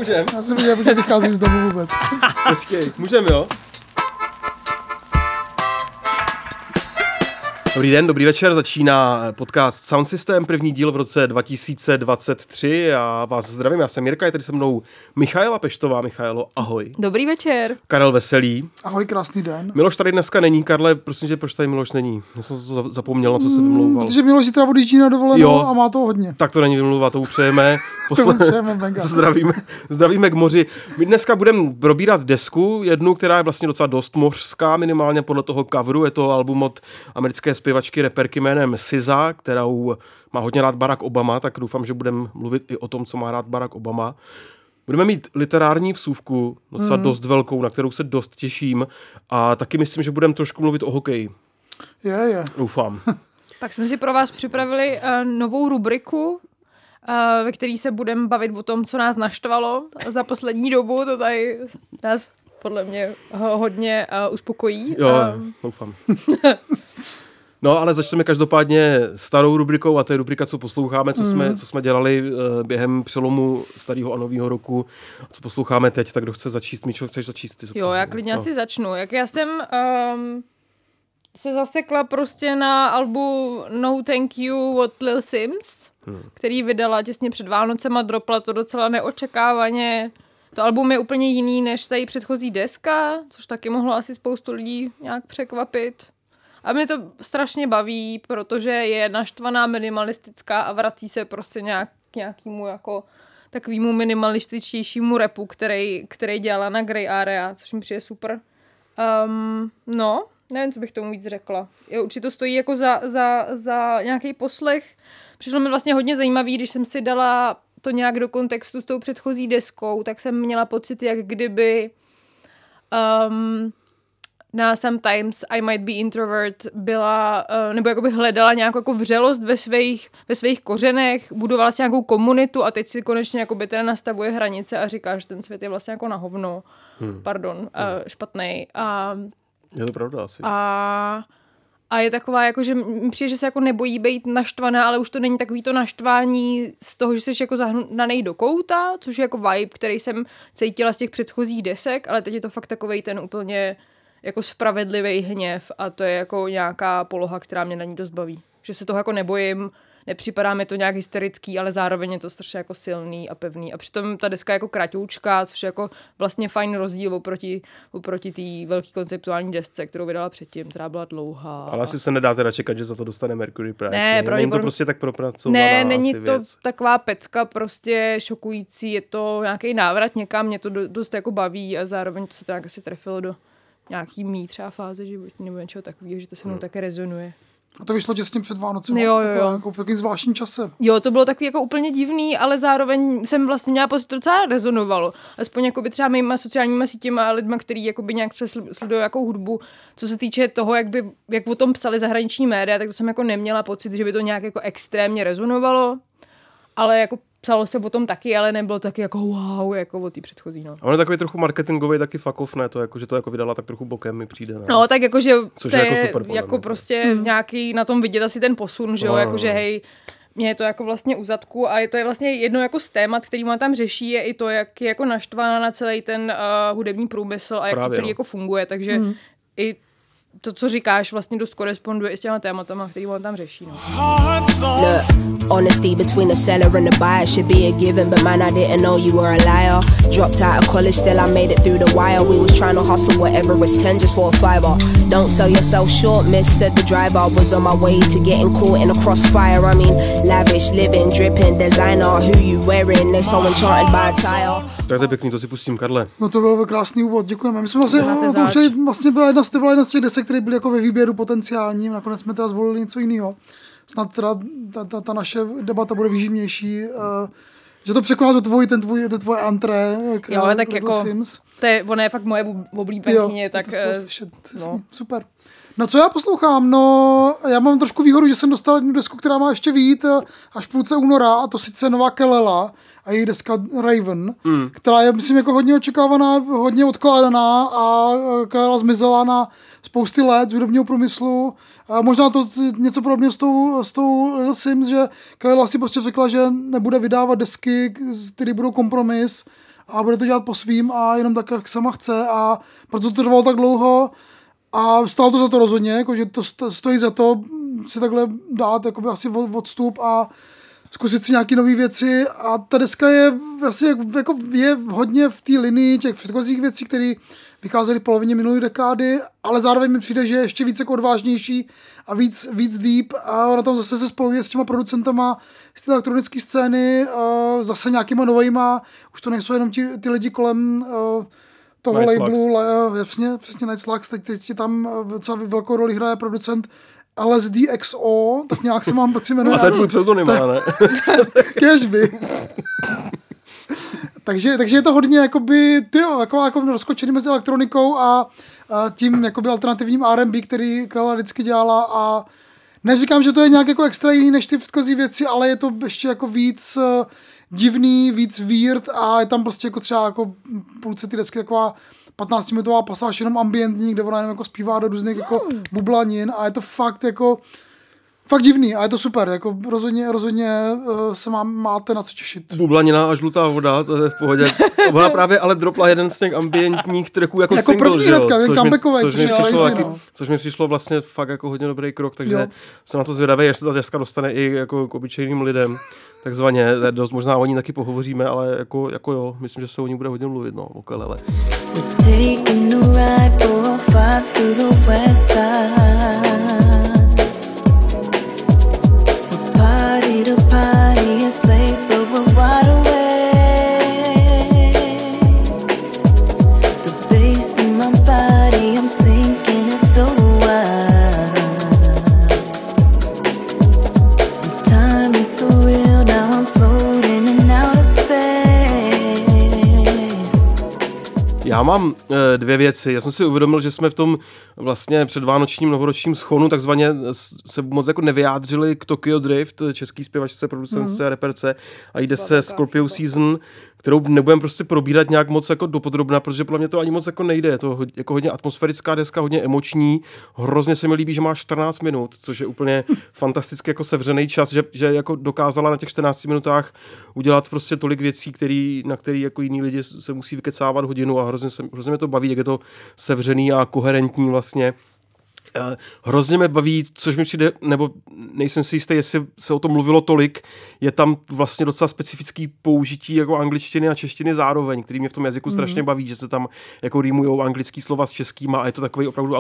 Můžem? Já jsem viděl, že vychází z domu vůbec. Hezký. Můžem, jo? Dobrý den, dobrý večer, začíná podcast Sound System, první díl v roce 2023. Já vás zdravím, já jsem Jirka, je tady se mnou Michaela Peštová. Michaelo, ahoj. Dobrý večer. Karel Veselý. Ahoj, krásný den. Miloš tady dneska není. Karle, prosím tě, proč tady Miloš není? Já jsem to zapomněl, na co se vymlouval. Protože Miloš zítra odjíždí na dovolenou a má toho hodně. Tak to není vymlouva, to upřejeme. Zdravíme k moři. My dneska budeme probírat desku, jednu, která je vlastně docela dost mořská, minimálně podle toho coveru. Je to album od americké zpěvačky, reperky jménem SZA, kterou má hodně rád Barack Obama, tak doufám, že budeme mluvit i o tom, co má rád Barack Obama. Budeme mít literární vsuvku, docela dost velkou, na kterou se dost těším, a taky myslím, že budeme trošku mluvit o hokeji. Je. Doufám. Tak jsme si pro vás připravili novou rubriku, ve které se budeme bavit o tom, co nás naštvalo za poslední dobu. To tady nás podle mě hodně uspokojí. Jo, doufám. No, ale začneme každopádně starou rubrikou, a to je rubrika, co posloucháme, co jsme dělali během přelomu starého a nového roku. Co posloucháme teď, tak kdo chce začíst? Míčo, chceš začíst? Ty jo, já klidně asi začnu. Jak já jsem se zasekla prostě na albu No Thank You od Lil Sims, který vydala těsně před Vánocema, dropla to docela neočekávaně. To album je úplně jiný než tady předchozí deska, což taky mohlo asi spoustu lidí nějak překvapit. A mě to strašně baví, protože je naštvaná, minimalistická a vrací se prostě k nějakému jako takovému minimalističtějšímu rapu, který dělala na Grey Area, což mi přijde super. No, nevím, co bych tomu víc řekla. Určitě to stojí jako za nějaký poslech. Přišlo mi vlastně hodně zajímavý, když jsem si dala to nějak do kontextu s tou předchozí deskou, tak jsem měla pocit, jak kdyby na Sometimes I Might Be Introvert byla, nebo jakoby hledala nějakou jako vřelost ve svých kořenech, budovala si nějakou komunitu a teď si konečně jakoby teda nastavuje hranice a říká, že ten svět je vlastně jako na hovno. Špatnej. Je to pravda asi. A je taková, jako, že mi přijde, že se jako nebojí být naštvaná, ale už to není takový to naštvání z toho, že jsi jako zahnanej do kouta, což je jako vibe, který jsem cítila z těch předchozích desek, ale teď je to fakt takovej ten úplně jako spravedlivý hněv a to je jako nějaká poloha, která mě na ní dost baví. Že se toho jako nebojím, nepřipadá mi to nějak hysterický, ale zároveň je to strašně jako silný a pevný. A přitom ta deska je jako kratoučká, což je jako vlastně fajn rozdíl oproti té velký konceptuální desce, kterou vydala předtím, která byla dlouhá. Ale asi se nedá teda čekat, že za to dostane Mercury Prize. Ne, není to prostě tak propracovaná. Ne, není to věc. Taková pecka prostě šokující, je to nějaký návrat někam, mě to dost jako baví a zároveň to se to nějak asi trefilo do nějaký mý třeba fáze životní nebo něčeho takového, že to se mnou také rezonuje. A to vyšlo těsně před Vánocem. Jo. Jako v takovým zvláštním čase. Jo, to bylo takový jako úplně divný, ale zároveň jsem vlastně měla pocit, že to docela rezonovalo. Aspoň jakoby třeba mýma sociálníma sítěma a lidma, který jakoby nějak sledují jakou hudbu. Co se týče toho, jak o tom psali zahraniční média, tak to jsem jako neměla pocit, že by to nějak jako extrémně rezonovalo. Ale jako psalo se o tom taky, ale nebylo taky jako wow, jako o té předchozí, no. A on je takový trochu marketingový, taky fuck off, ne? To jako, že to jako vydala tak trochu bokem mi přijde, ne? No, tak jako, že což to je jako super, jako prostě nějaký na tom vidět asi ten posun, že jo, jakože hej, mě je to jako vlastně u zadku a to je vlastně jedno jako z témat, který má tam řeší, je i to, jak je jako naštvaná na celý ten hudební průmysl a jak právě, to celý jako funguje, takže i to, co říkáš, vlastně dost koresponduje s těma tématama, který on tam řeší. No. Look, honesty between the seller and the buyer should be a given, but man, I didn't know you were a liar. Dropped out of college, still I made it through the wire. We was trying to hustle whatever was 10 just for a fiver. Don't sell yourself short, miss, said the driver. Was on my way to getting caught in a crossfire. I mean, lavish, living, dripping, designer. Who you wearing? They're so enchanted by a tire. Tak to je pěkný, to si pustím, Karle. No to byl krásný úvod, děkujeme. My jsme vlastně byla jedna z těch desek, které byly jako ve výběru potenciálním, nakonec jsme teda zvolili něco jiného. Snad teda ta naše debata bude výživnější, že to překoná to tvoje antré k tak jako Sims. Ona je fakt moje oblíbenkyně, tak super. No co já poslouchám? No já mám trošku výhodu, že jsem dostal jednu desku, která má ještě vyjít až v půlce února, a to sice nová Kelela a její deska Raven, která je, myslím, jako hodně očekávaná, hodně odkládaná a Kelela zmizela na spousty let z hudebního průmyslu. A možná to něco podobného s tou Little Sims, že Kelela si prostě řekla, že nebude vydávat desky, které budou kompromis, a bude to dělat po svým a jenom tak, jak sama chce a proto to trvalo tak dlouho a stálo to za to rozhodně, jako, že to stojí za to si takhle dát jakoby asi odstup a zkusit si nějaké nové věci a ta deska je vlastně jako je hodně v té linii těch předchozích věcí, které vycházely v polovině minulé dekády, ale zároveň mi přijde, že je ještě víc jako odvážnější a víc deep a ona tam zase se spojuje s těma producentama z té elektronické scény, zase nějakýma novejma, už to nejsou jenom ty lidi kolem toho Night labelu, přesně Night Slugs, teď tam docela velkou roli hraje producent LSDXO, tak nějak se mám pocit jmenuje. A to je tvůj pseudonym, ne? Cashby. takže je to hodně jakoby, jako rozkočený mezi elektronikou a tím jakoby alternativním R&B, který Kala vždycky dělala a neříkám, že to je nějak jako extra jiný než ty předchozí věci, ale je to ještě jako víc divný, víc weird a je tam prostě jako třeba jako půlce ty desky taková 15-minutová pasáž jenom ambientní, kde ona jenom jako zpívá do různých jako bublanin a je to fakt jako fakt divný a je to super, jako rozhodně se máte na co těšit. Bublanina a žlutá voda, to je v pohodě. Ona právě ale dropla jeden z těch ambientních tracků jako single, první hnedka, ten comebackovej, což mi přišlo vlastně fakt jako hodně dobrý krok, takže jsem na to zvědavý, jestli ta deska dostane i jako k obyčejným lidem. Takzvaně, dost možná o ní taky pohovoříme, ale jako jo, myslím, že se o ní bude hodně mluvit, no, o Kelele. Já mám dvě věci. Já jsem si uvědomil, že jsme v tom vlastně předvánočním novoročním schonu takzvaně se moc jako nevyjádřili k Tokyo Drift, český zpěvačce, producentce, reperce a jde se Scorpio Season, kterou nebudeme prostě probírat nějak moc jako dopodrobna, protože podle mě to ani moc jako nejde. Je to jako hodně atmosférická deska, hodně emoční. Hrozně se mi líbí, že má 14 minut, což je úplně fantasticky jako sevřený čas, že jako dokázala na těch 14 minutách udělat prostě tolik věcí, na které jako jiní lidi se musí vykecávat hodinu a hrozně mě to baví, jak je to sevřený a koherentní vlastně. Hrozně mě baví, což mi přijde, nebo nejsem si jistý, jestli se o tom mluvilo tolik, je tam vlastně docela specifický použití jako angličtiny a češtiny zároveň, který mě v tom jazyku strašně baví, že se tam jako rýmujou anglický slova s českýma a je to takový opravdu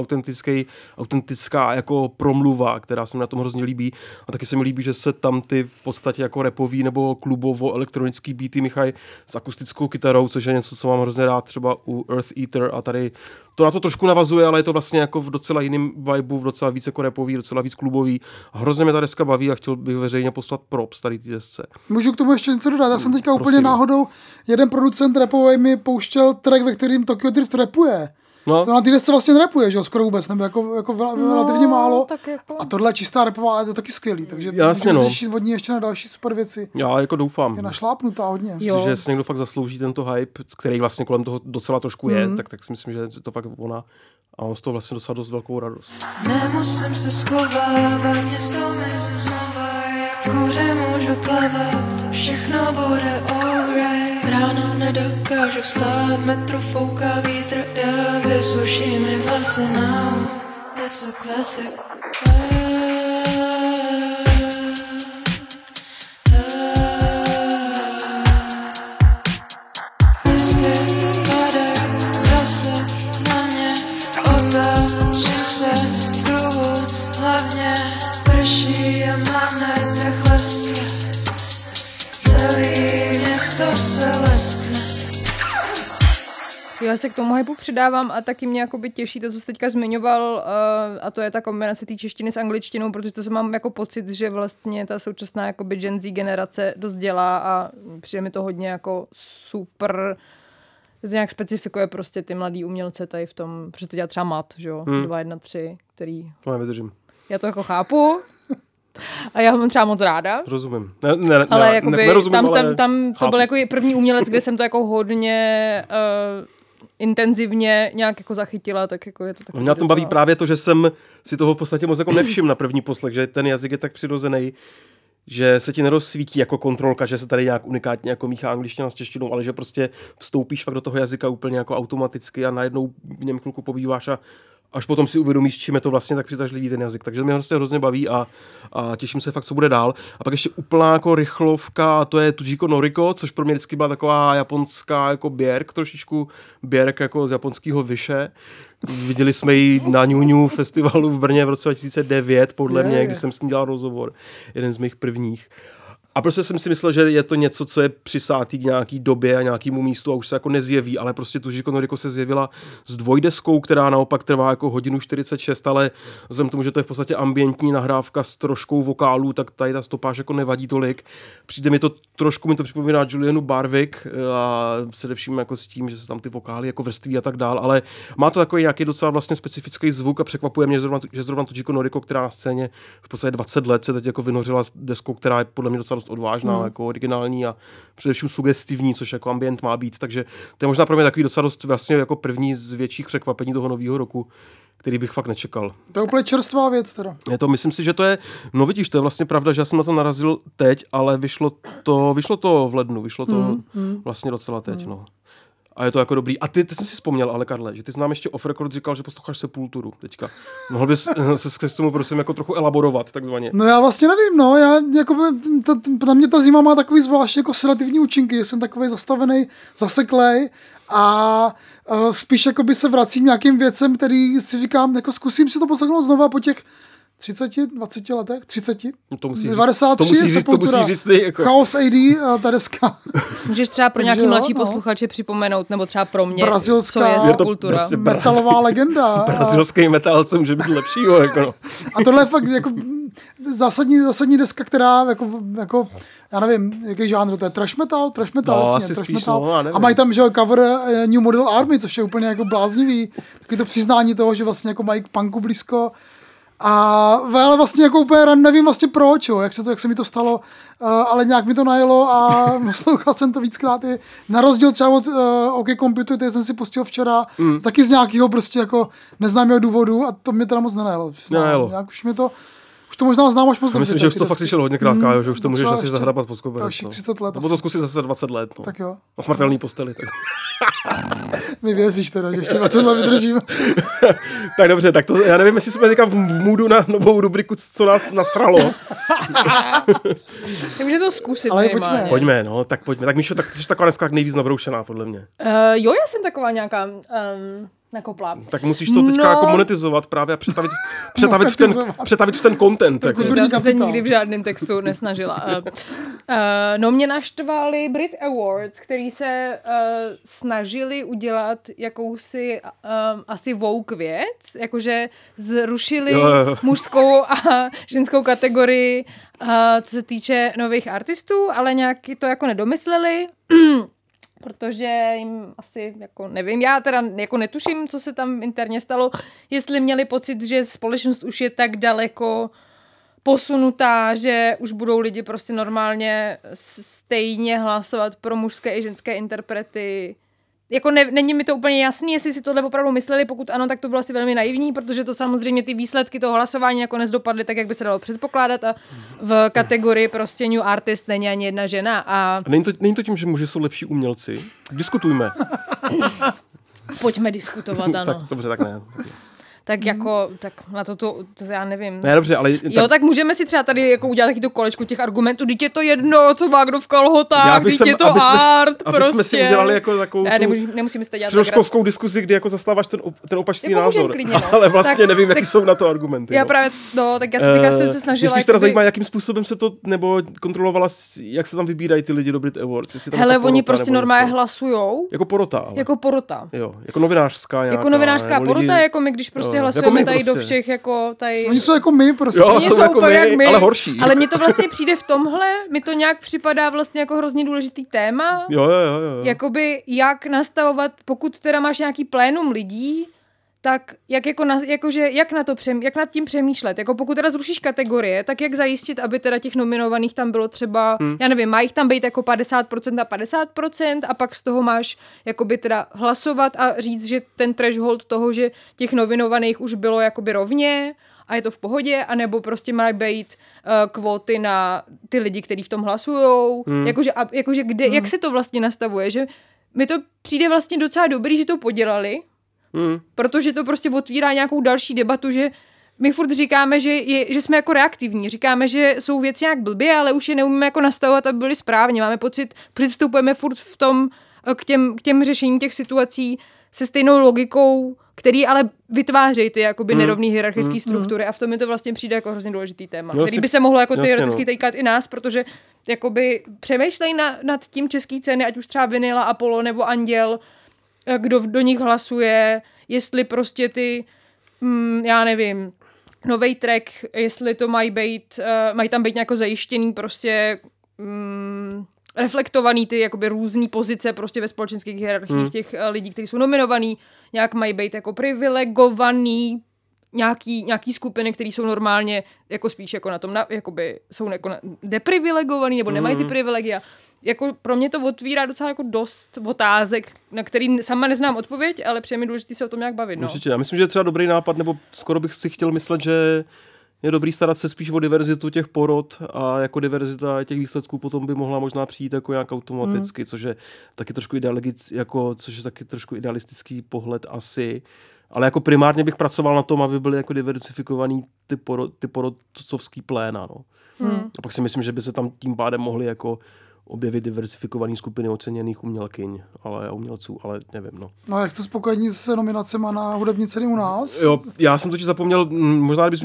autentická jako promluva, která se mi na tom hrozně líbí a taky se mi líbí, že se tam ty v podstatě jako rapový nebo klubovo elektronický beaty míchají s akustickou kytarou, což je něco, co mám hrozně rád třeba u Earth Eater a tady to na to trošku navazuje, ale je to vlastně jako v docela jiném vibu, v docela víc jako rapový, docela víc klubový. Hrozně mě ta deska baví a chtěl bych veřejně poslat props tady té desce. Můžu k tomu ještě něco dodat? Já jsem teďka úplně náhodou, jeden producent rapový mi pouštěl track, ve kterým Tokyo Drift rapuje. No. To na té desce vlastně nerapuje, že jo, skoro vůbec, nebo jako relativně málo. Jako... A tohle je čistá rapová, je to taky skvělý, takže jasně, můžeme řešit od ní ještě na další super věci. Já jako doufám. Je našlápnutá hodně. Že si někdo fakt zaslouží tento hype, který vlastně kolem toho docela trošku je, tak si myslím, že to fakt ona a on z toho vlastně dostal dost velkou radost. Nemusím se schovávat, město mezi znova, v kouře můžu plavat, všechno bude alright. Ráno nedokážu vstát, v metru fouká vítr, já vysuším mi vlasy now, that's a classic. Já se k tomu hypeu přidávám a taky mě jakoby těší to, co jsi teďka zmiňoval, a to je ta kombinace té češtiny s angličtinou, protože to mám jako pocit, že vlastně ta současná jakoby Gen Z generace dost dělá a přijde mi to hodně jako super, že to nějak specifikuje prostě ty mladý umělce tady v tom, protože to dělá třeba Mat, že jo, 213, který... To nevydržím. Já to jako chápu a já ho mám třeba moc ráda. Rozumím. Ale jakoby nerozumím, tam to byl jako první umělec, kde jsem to jako hodně intenzivně nějak jako zachytila, tak jako je to takový. Mě na tom baví právě to, že jsem si toho v podstatě moc jako nevšiml na první poslech, že ten jazyk je tak přirozený, že se ti nerozsvítí jako kontrolka, že se tady nějak unikátně jako míchá angličtina s češtinou, ale že prostě vstoupíš fakt do toho jazyka úplně jako automaticky a najednou v něm chvilku pobýváš a až potom si uvědomíš, čím je to vlastně tak přitažlivý ten jazyk. Takže mě vlastně hrozně baví a těším se fakt, co bude dál. A pak ještě úplná jako rychlovka, a to je Tujiko Noriko, což pro mě vždycky byla taková japonská jako běrk, trošičku běrk jako z japonského vyše. Viděli jsme ji na Ňuňu festivalu v Brně v roce 2009, podle mě, kdy jsem s ní dělal rozhovor. Jeden z mých prvních. A prostě jsem si myslel, že je to něco, co je přisátý k nějaký době a nějakému místu a už se jako nezjeví, ale prostě Tujiko Noriko se zjevila s dvojdeskou, která naopak trvá jako 1:46, ale vzhledem tomu, že to je v podstatě ambientní nahrávka s troškou vokálů, tak tady ta stopáž jako nevadí tolik. Přijde mi to trošku připomíná Julianu Barwick a především jako s tím, že se tam ty vokály jako vrství a tak dál, ale má to takový nějaký docela vlastně specifický zvuk a překvapuje mě, že zrovna Tujiko Noriko, která na scéně v podstatě 20 let se teď jako vynořila s deskou, která je podle mě docela odvážná, jako originální a především sugestivní, což jako ambient má být, takže to je možná pro mě takový docela dost vlastně jako první z větších překvapení toho nového roku, který bych fakt nečekal. To je úplně čerstvá věc teda. Myslím si, že to je, no vidíš, to je vlastně pravda, že já jsem na to narazil teď, ale vyšlo to v lednu, vyšlo to vlastně docela teď, no. A je to jako dobrý. A ty jsem si vzpomněl, ale Karle, že ty znám ještě off record říkal, že posloucháš Sepulturu teďka. Mohl bys se k tomu prosím jako trochu elaborovat, takzvaně. No já vlastně nevím, no. Já, jako, na mě ta zima má takový zvláštní jako sedativní účinky, že jsem takový zastavený, zaseklej a spíš jako by se vracím nějakým věcem, který si říkám, jako zkusím si to poslechnout znova po těch 30, 20 letech, 30, no to 93 je Sepultura, jako. Chaos AD, ta deska. Můžeš třeba pro nějaký mladší posluchače připomenout, nebo třeba pro mě, brazilská, co je Sepultura. Prostě metalová legenda. Brazilský metal, co může být lepšího. Jako no. A tohle je fakt jako zásadní deska, která jako já nevím, jaký žánr to je, trash metal, no, jasně, trash metal. A mají tam, že cover New Model Army, což je úplně jako bláznivý. Taky to přiznání toho, že vlastně jako mají k punku blízko. Ale vlastně jako úplně nevím vlastně proč, jak se mi to stalo, ale nějak mi to najelo a poslouchal jsem to víckrát. Na rozdíl třeba od OK Computer, který jsem si pustil včera, taky z nějakého prostě jako neznámého důvodu a to mě teda moc nenajelo. Nějak už to možná znám až moc dobře. Myslím, že už to fakt slyšel hodně krátká, že už to můžeš asi zahrabat pod koberec. Dalších 30 let. Nebo to zkusit zase 20 let. No. Tak jo. Na smrtelný posteli. Tak. Mi věříš teda, že ještě 20 let vydržím. Tak dobře, tak to, já nevím, jestli jsme teďka v můdu na novou rubriku, co nás nasralo. Tak může to zkusit. Ale pojďme, no, tak pojďme. Tak Míšo, tak ty jsi taková dneska nejvíc nabroušená, podle mě. Jo, já jsem taková nějaká nakopla. Tak musíš to teďka jako monetizovat právě a přetavit v ten content. Jako. Já jsem se nikdy v žádném textu nesnažila. No mě naštvali Brit Awards, který se snažili udělat jakousi asi woke věc, jakože zrušili mužskou a ženskou kategorii, co se týče nových artistů, ale nějak to jako nedomysleli. Protože jim asi, jako nevím, já teda jako netuším, co se tam interně stalo, jestli měli pocit, že společnost už je tak daleko posunutá, že už budou lidi prostě normálně stejně hlasovat pro mužské i ženské interprety. Jako není mi to úplně jasný, jestli si tohle opravdu mysleli, pokud ano, tak to bylo asi velmi naivní, protože to samozřejmě ty výsledky toho hlasování nakonec dopadly tak, jak by se dalo předpokládat a v kategorii prostě new artist není ani jedna žena. A není to tím, že muži jsou lepší umělci? Diskutujme. Pojďme diskutovat, ano. Tak, dobře, tak ne. Tak jako, tak na to já nevím. Ne, dobře, ale... Jo, tak můžeme si třeba tady jako udělat taky to kolečko těch argumentů, vždyť je to jedno, co má kdo v kalhotách, vždyť je to art, prostě. Aby jsme si udělali jako takovou nemusíme si dělat středoškolskou diskuzi, kdy jako zastáváš ten opačný jako názor. Klidně, no. Ale vlastně tak, nevím, jaký jsou na to argumenty. Já právě, tak já se teďka jsem se snažila... Mě spíš teda zajímá, jakým způsobem se to, nebo kontrolovala, jak se tam vybírají ty lidi do Brit Awards. Hele, oni prostě normálně hlasujou. Jako porota. Jako porota. Jo, jako novinářská nějaká. Jako novinářská porota, jako my, když prostě hlasujeme tady do všech, jako tady... Oni jsou jako my prostě. Jo, jsou jako my, ale horší. Ale mně to vlastně přijde v tomhle, mi to nějak připadá vlastně jako hrozně důležitý téma. Jo. Jakoby jak nastavovat, pokud teda máš nějaký plénum lidí, tak jak nad tím přemýšlet. Jako pokud teda zrušíš kategorie, tak jak zajistit, aby teda těch nominovaných tam bylo třeba, já nevím, má jich tam být jako 50% a 50% a pak z toho máš jakoby teda hlasovat a říct, že ten threshold toho, že těch nominovaných už bylo jakoby rovně a je to v pohodě, anebo prostě mají být kvóty na ty lidi, kteří v tom hlasujou. Jakože jak se to vlastně nastavuje, že mi to přijde vlastně docela dobrý, že to podělali, protože to prostě otvírá nějakou další debatu, že my furt říkáme, že jsme jako reaktivní. Říkáme, že jsou věci nějak blbě, ale už je neumíme jako nastavovat, aby byly správně. Máme pocit, přistupujeme furt v tom k těm řešením těch situací se stejnou logikou, který ale vytvářejí ty jakoby nerovný hierarchické struktury a v tom mi to vlastně přijde jako hrozně důležitý téma, který by se mohlo jako teoreticky týkat i nás, protože jakoby přemýšlej nad tím český ceny, ať už třeba Vinyla, Apollo nebo Anděl, kdo do nich hlasuje, jestli prostě ty, já nevím, novej track, jestli to mají tam být nějak zajištěný prostě reflektovaný ty jakoby různý pozice prostě ve společenských hierarchiích těch lidí, kteří jsou nominovaný, nějak mají být jako privilegovaný nějaký skupiny, které jsou normálně jako spíš jako na tom, jakoby jsou jako deprivilegovaný nebo nemají ty privilegia. Jako pro mě to otvírá docela jako dost otázek, na který sama neznám odpověď, ale přijde mi důležitý se o tom nějak bavit. No. Určitě, já myslím, že je třeba dobrý nápad, nebo skoro bych si chtěl myslet, že je dobrý starat se spíš o diverzitu těch porod a jako diverzita těch výsledků potom by mohla možná přijít jako nějak automaticky, což je taky trošku idealistický pohled asi. Ale jako primárně bych pracoval na tom, aby byly jako diversifikovaný ty porodcovský pléna. No. A pak si myslím, že by se tam tím pádem mohly jako objevit diversifikované skupiny oceněných umělkyň, ale umělců, ale nevím, no. No jak jste spokojení s nominacemi na hudební ceny u nás? Jo, já jsem totiž zapomněl, možná kdybychom...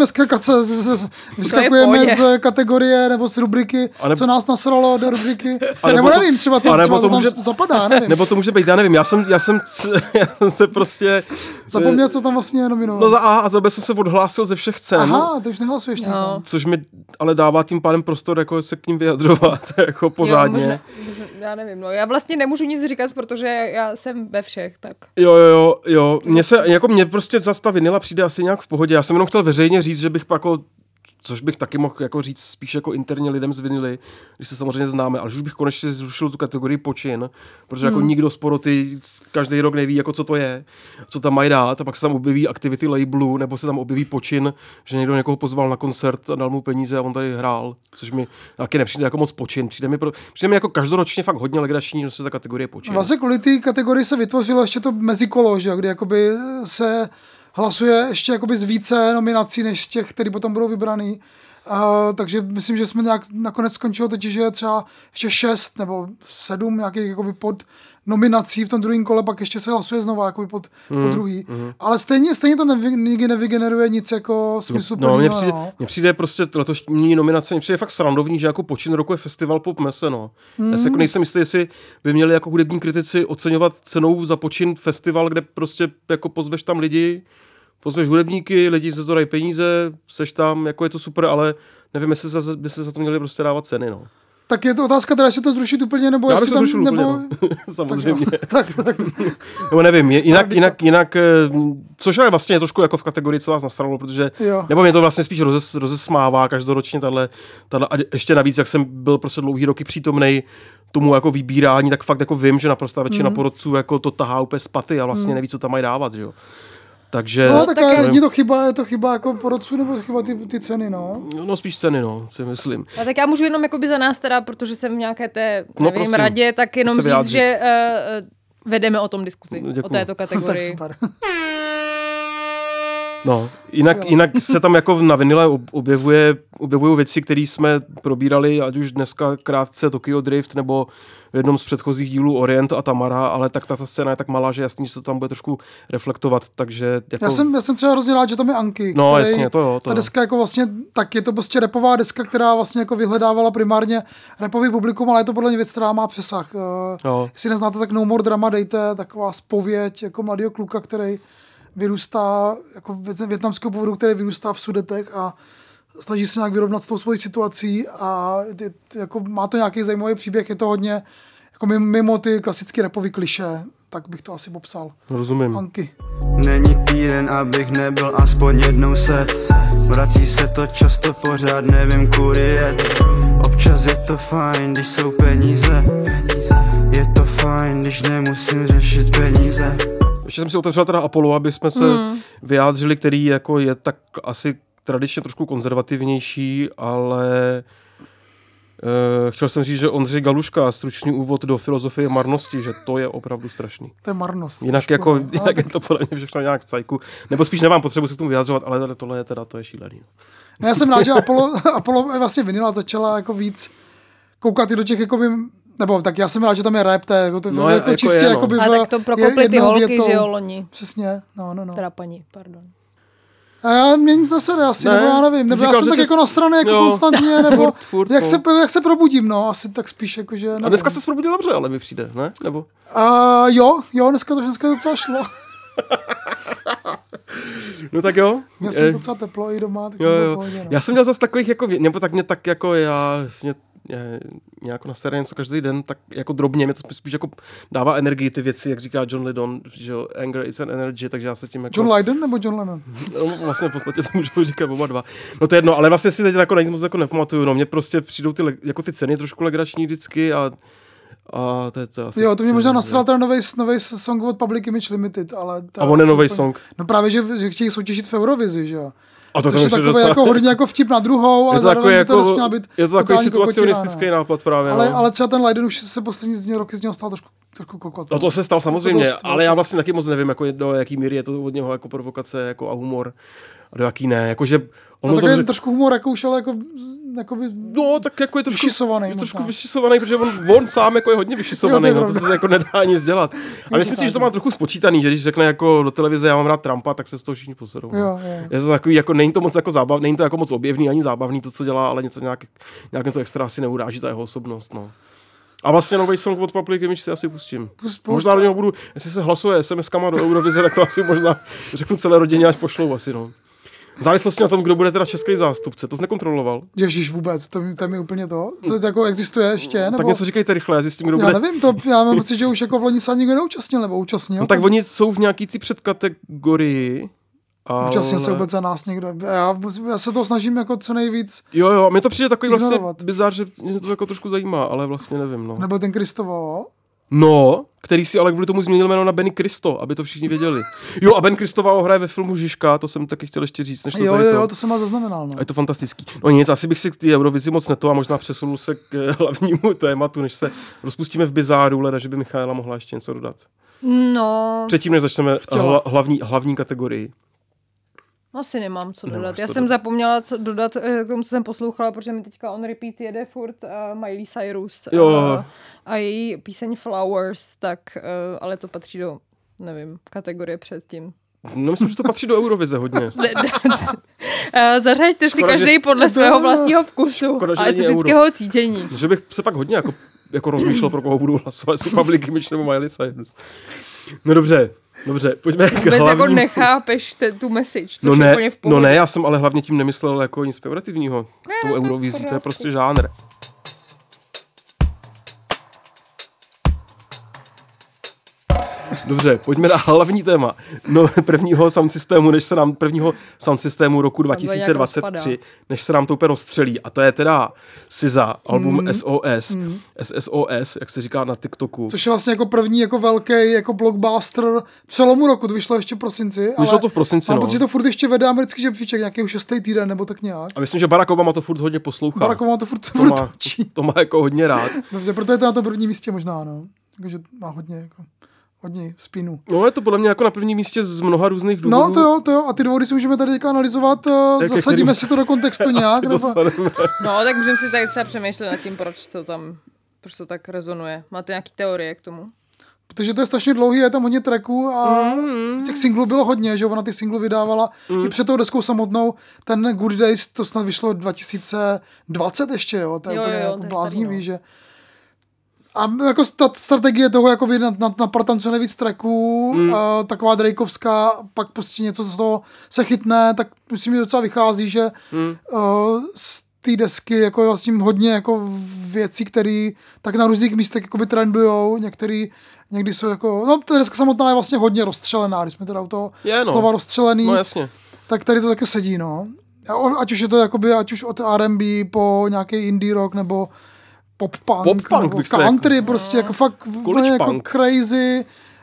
Vyskakujeme z kategorie nebo z rubriky, co nás nasralo do rubriky, nebo nevím, třeba to tam zapadá, nevím. Nebo to může být, já nevím, já jsem se prostě... Zapomněl, co tam vlastně je nominoval. No za A a za B jsem se odhlásil ze všech cen. Aha, ty už nehlasuješ. No. Což mi ale dává tím pádem prostor jako se k ním vyjadřovat jako pořádně. Jo, možná, já nevím, no. Já vlastně nemůžu nic říkat, protože já jsem ve všech, tak. Jo. Mně prostě zase ta Vinyla přijde asi nějak v pohodě. Já jsem jenom chtěl veřejně říct, že bych jako, což bych taky mohl jako říct spíš jako interně lidem z Vinyly, když se samozřejmě známe, ale už bych konečně zrušil tu kategorii počin, protože jako nikdo z poroty každý rok neví, jako co to je, co tam mají dát, a pak se tam objeví aktivity labelu, nebo se tam objeví počin, že někdo někoho pozval na koncert a dal mu peníze a on tady hrál, což mi taky nepřijde jako moc počin. Přijde mi jako každoročně fakt hodně legrační, že se ta kategorie počin. Vlastně kvůli té kategorii se vytvořilo ještě to mezikolo, že, kdy jakoby se hlasuje ještě jakoby z více nominací než těch, který potom budou vybraný. Takže myslím, že jsme nějak nakonec skončilo totiž, že je třeba ještě 6 nebo 7 nějakých jakoby pod nominací v tom druhém kole, pak ještě se hlasuje znova jakoby pod druhý. Ale stejně to nikdy nevygeneruje nic jako smysluplného. Mně přijde prostě letošní nominace, mně přijde fakt srandovní, že jako počin roku je festival Pop Messe, no. Já si jako nejsem jistý, jestli by měli jako hudební kritici oceňovat cenou za počin festival, kde prostě jako pozveš tam lidi, pozveš hudebníky, lidi se to dají peníze, seš tam, jako je to super, ale nevím, jestli by se za to měli prostě dávat ceny, no. Tak je to otázka, teda jestli to zrušit úplně, nebo já jestli tam... Úplně, nebo... no. Samozřejmě. Tak. Nebo nevím, jinak, což je vlastně trošku jako v kategorii, co vás nasralo, protože, nebo mě to vlastně spíš rozesmává každoročně tahle, a ještě navíc, jak jsem byl prostě dlouhý roky přítomnej tomu jako vybírání, tak fakt jako vím, že naprostá většina porodců jako to tahá úplně z paty a vlastně neví, co tam mají dávat, že jo. Takže... No, tak je to chyba jako porodců, nebo to chyba ty ceny, no? No spíš ceny, no, si myslím. A tak já můžu jenom jakoby za nás teda, protože jsem v nějaké té, nevím, radě, tak jenom říct, že vedeme o tom diskuzi, o této kategorii. Tak super. No, jinak se tam jako na Vinyle objevují věci, které jsme probírali, ať už dneska krátce Tokyo Drift, nebo v jednom z předchozích dílů Orient a Tamara, ale tak ta scéna je tak malá, že jasný, že se to tam bude trošku reflektovat, takže jako... Já jsem třeba hrozně rád, že tam je Anky. No jasně, to jo. Ta deska jako vlastně, tak je to prostě rapová deska, která vlastně jako vyhledávala primárně rapový publikum, ale je to podle mě věc, která má přesah. Jestli neznáte, tak No More Drama dejte, taková zpověď jako mladýho kluka, který vyrůstá, jako vietnamského původu, který vyrůstá v Sudetech a snaží se nějak vyrovnat s tou svojí situací a jako má to nějaký zajímavý příběh, je to hodně jako mimo ty klasické rapový klišé, tak bych to asi popsal. Rozumím. Anky. Není týden, abych nebyl aspoň jednou set. Vrací se to často pořád, nevím kudy jet. Občas je to fajn, když jsou peníze. Je to fajn, když nemusím řešit peníze. Ještě jsem si otevřel teda Apollo, aby jsme se vyjádřili, který jako je tak asi tradičně trošku konzervativnější, ale chtěl jsem říct, že Ondřej Galuška, stručný úvod do filozofie marnosti, že to je opravdu strašný. To je marnost. Jinak je to podle mě všechno nějak v cajku. Nebo spíš nemám potřebu se k tomu vyjadřovat, ale tohle je teda, to je šílený. No, já jsem rád, že Apollo vlastně Vinyl začala jako víc koukat i do těch jakoby, nebo tak já jsem rád, že tam je rap, to je jako čistě je, no. jakoby Ale tak to prokoply ty holky, že jo, loni. Přesně, no. Teda paní, pardon. A já mě nic nesere asi, nebo já nevím, nebo já jsem tak jako na straně jako konstantně, nebo furt, jak se probudím, no, asi tak spíš jako, že... A dneska se probudil dobře, ale mi přijde, ne? Nebo? Jo, dneska to docela šlo. No tak jo. Měl jsem docela teplo i doma, takže jo. Pohodě, no. Já jsem měl zase takových, jako, nebo tak mě tak jako mě nějak na sérii něco každý den, tak jako drobně, mě to spíš jako dává energii ty věci, jak říká John Lydon, že anger is an energy, takže já se tím jako... John Lydon nebo John Lennon? No, vlastně v podstatě to můžu říkat oba dva. No to je jedno, ale vlastně si teď jako nic moc jako nepamatuju, no, mně prostě přijdou ty ceny trošku legrační vždycky a to je to asi... Jo, to mě možná nasral teda nový song od Public Image Limited, ale... A on je nový song. No právě, že chtějí soutěžit v Eurovizi, že jo. A to je takové jako hodně jako vtip na druhou, ale zároveň by to nesměla být. Je to takový situacionistický nápad právě. Ale třeba ten Leiden už se poslední roky z něho stal trošku kokot. No to se stal samozřejmě, ale já vlastně taky moc nevím, jako do jaký míry je to od něho jako provokace, jako a humor. A do jaký ne, jakože... No takový trošku humor, jako už, ale jakoby no, tak jako je trošku vyšisovaný. Trošku vyšisovaný, protože on sám jako je hodně vyšisovaný, no, to se jako nedá nic dělat. A myslím si, že to má trochu spočítaný, že když řekne jako do televize, já mám rád Trumpa, tak se z toho všichni poserou. Jo. Je to takový, jako není to moc jako zábavný, není to jako moc objevný ani zábavný to, co dělá, ale něco nějak to extra asi neuráží ta jeho osobnost, no. A vlastně nový song od Public Image si asi pustím. Možná do něho budu, jestli se hlasuje SMS-kama do Eurovize, tak to asi možná řeknu celé rodině, až pošlou asi, no. V závislosti na tom, kdo bude teda český zástupce, to jsi nekontroloval? Ježíš, vůbec, to je úplně to. To jako existuje ještě, nebo? Tak něco říkejte rychle, já zjistím, kdo bude. Já nevím, já mám pocit, že už jako v loni se nikdo neúčastnil, nebo účastnil. No tak oni jsou v nějaký ty předkategorii. Ale... Účastnil se vůbec za nás někdo. Já se to snažím jako co nejvíc. Jo, a mi to přijde takový ignorovat. Vlastně bizár, že mě to jako trošku zajímá, ale vlastně nevím, no. Nebo ten Kristovo. No, který si ale kvůli tomu změnil jméno na Benny Cristo, aby to všichni věděli. Jo, a Ben Cristoval hraje ve filmu Žižka, to jsem taky chtěl ještě říct, než to Jo, to jsem má zaznamenal, no. A je to fantastický. No nic, asi bych si k té Eurovizi moc a možná přesunul se k hlavnímu tématu, než se rozpustíme v bizáru, leda, že by Michaela mohla ještě něco dodat. No. Předtím, než začneme hlavní kategorii. Asi nemám co dodat. Já jsem zapomněla co dodat k tomu, co jsem poslouchala, protože mi teďka on repeat jede furt Miley Cyrus a její píseň Flowers, tak ale to patří do, nevím, kategorie předtím. No myslím, že to patří do Eurovize hodně. Zařaďte si každý podle svého vlastního vkusu a estetického cítění. Že bych se pak hodně jako rozmýšlel, pro koho budu hlasovat, jestli Public Image nebo Miley Cyrus. No dobře, pojďme k hlavní. Vůbec jako nechápeš tu message, což je úplně v pohodě. No ne, já jsem ale hlavně tím nemyslel jako nic pejorativního. Tou Eurovizí, to je prostě žánr. Dobře, pojďme na hlavní téma. No, prvního sound systému roku 2023, než se nám to úplně rozstřelí. A to je teda SZA, album SSOS, jak se říká na TikToku. Což je vlastně jako první jako velký jako blockbuster přelomu roku, to vyšlo ještě v prosinci. Vyšlo to v prosinci, no. Protože to furt ještě vede americký žebříček, nějaký už 6. týden nebo tak nějak. A myslím, že Barack Obama to furt hodně poslouchá. Barack Obama to furt točí. To má jako hodně rád. Dobře, proto je to na to prvním místě možná, no. Takže má hodně spinu. No, je to podle mě jako na prvním místě z mnoha různých důvodů. No, to jo. A ty důvody si můžeme tady analyzovat. Zasadíme si to do kontextu nějak. No, tak můžeme si tady třeba přemýšlet nad tím, proč to tak rezonuje. Máte nějaký teorie k tomu? Protože to je strašně dlouhý, je tam hodně tracků a těch singlů bylo hodně, že ona ty singly vydávala i před tou deskou samotnou. Ten Good Days, to snad vyšlo 2020 ještě, jo. To je úplně jako bláznivý, že... A jako ta strategie toho, jakoby napadám co nejvíc tracků, taková Drakeovská, pak prostě něco z toho se chytne, tak myslím, že docela vychází, že z té desky jako je vlastně hodně jako věcí, které tak na různých místech jakoby trendujou, někdy jsou jako, no ta deska samotná je vlastně hodně rozstřelená, když jsme teda u toho slova rozstřelený, no, jasně. Tak tady to taky sedí, no. Ať už je to jakoby, ať už od R&B po nějaký indie rock, nebo pop-punk nebo country, prostě jako fakt jako crazy,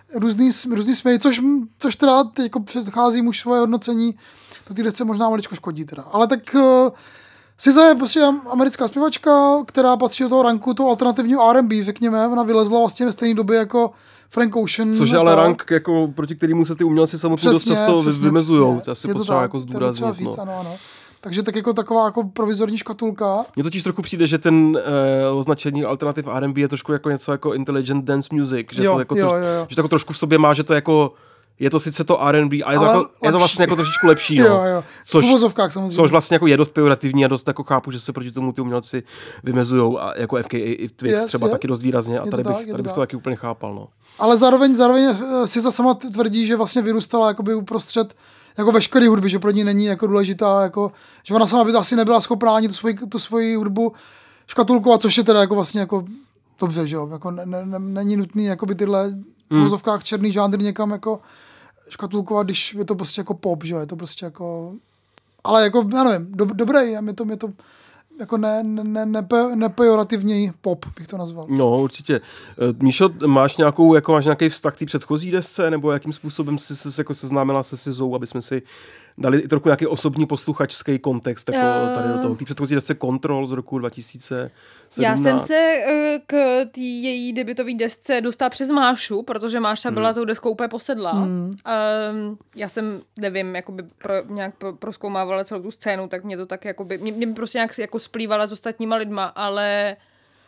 různý směry, což teda jako předchází mu svoje hodnocení, to ty desce možná maličko škodí teda. Ale tak SZA je prostě americká zpěvačka, která patří do toho ranku toho alternativního R&B, řekněme. Ona vylezla vlastně ve stejné době jako Frank Ocean. Což je ale rank, jako, proti kterému se ty umělci samotně dost často vymezujou. To asi potřeba jako zdůraznit. Ano. Takže tak jako taková jako provizorní škatulka. Mně totiž trochu přijde, že ten označení alternativ R&B je trošku jako něco jako intelligent dance music, že to jako že to trošku v sobě má, že to jako je to sice to R&B, ale je to vlastně jako trošičku lepší, no. Jo. Což vlastně jako je dost pejorativní a dost jako chápu, že se proti tomu ty umělci vymezujou a jako FKA i Twix třeba taky dost výrazně a tady bych to taky úplně chápal, no. Ale zároveň SZA sama tvrdí, že vlastně vyrůstala jakoby uprostřed jako veškerý hudby, že pro ní není jako důležitá, jako, že ona sama by asi nebyla schopná ani tu svoji hudbu škatulkovat, což je teda jako vlastně jako dobře, že jo, jako není nutný jakoby tyhle v vozovkách černý žánry někam jako škatulkovat, když je to prostě jako pop, že jo, je to prostě jako, ale jako, já nevím, dobrý, a mě to jako nepejorativněji pop, bych to nazval. No, určitě. Míšo, máš nějaký vztah k té předchozí desce, nebo jakým způsobem jsi se jako seznámila se SZA, aby jsme si dali i trochu nějaký osobní posluchačský kontext jako tady do toho. Té předchozí desce Control z roku 2017. Já jsem se k té její debutové desce dostala přes Mášu, protože Máša byla tou deskou úplně posedlá. Já jsem, nevím, jakoby nějak prozkoumávala celou tu scénu, tak mě to tak jakoby, mě prostě nějak jako splývala s ostatníma lidma, ale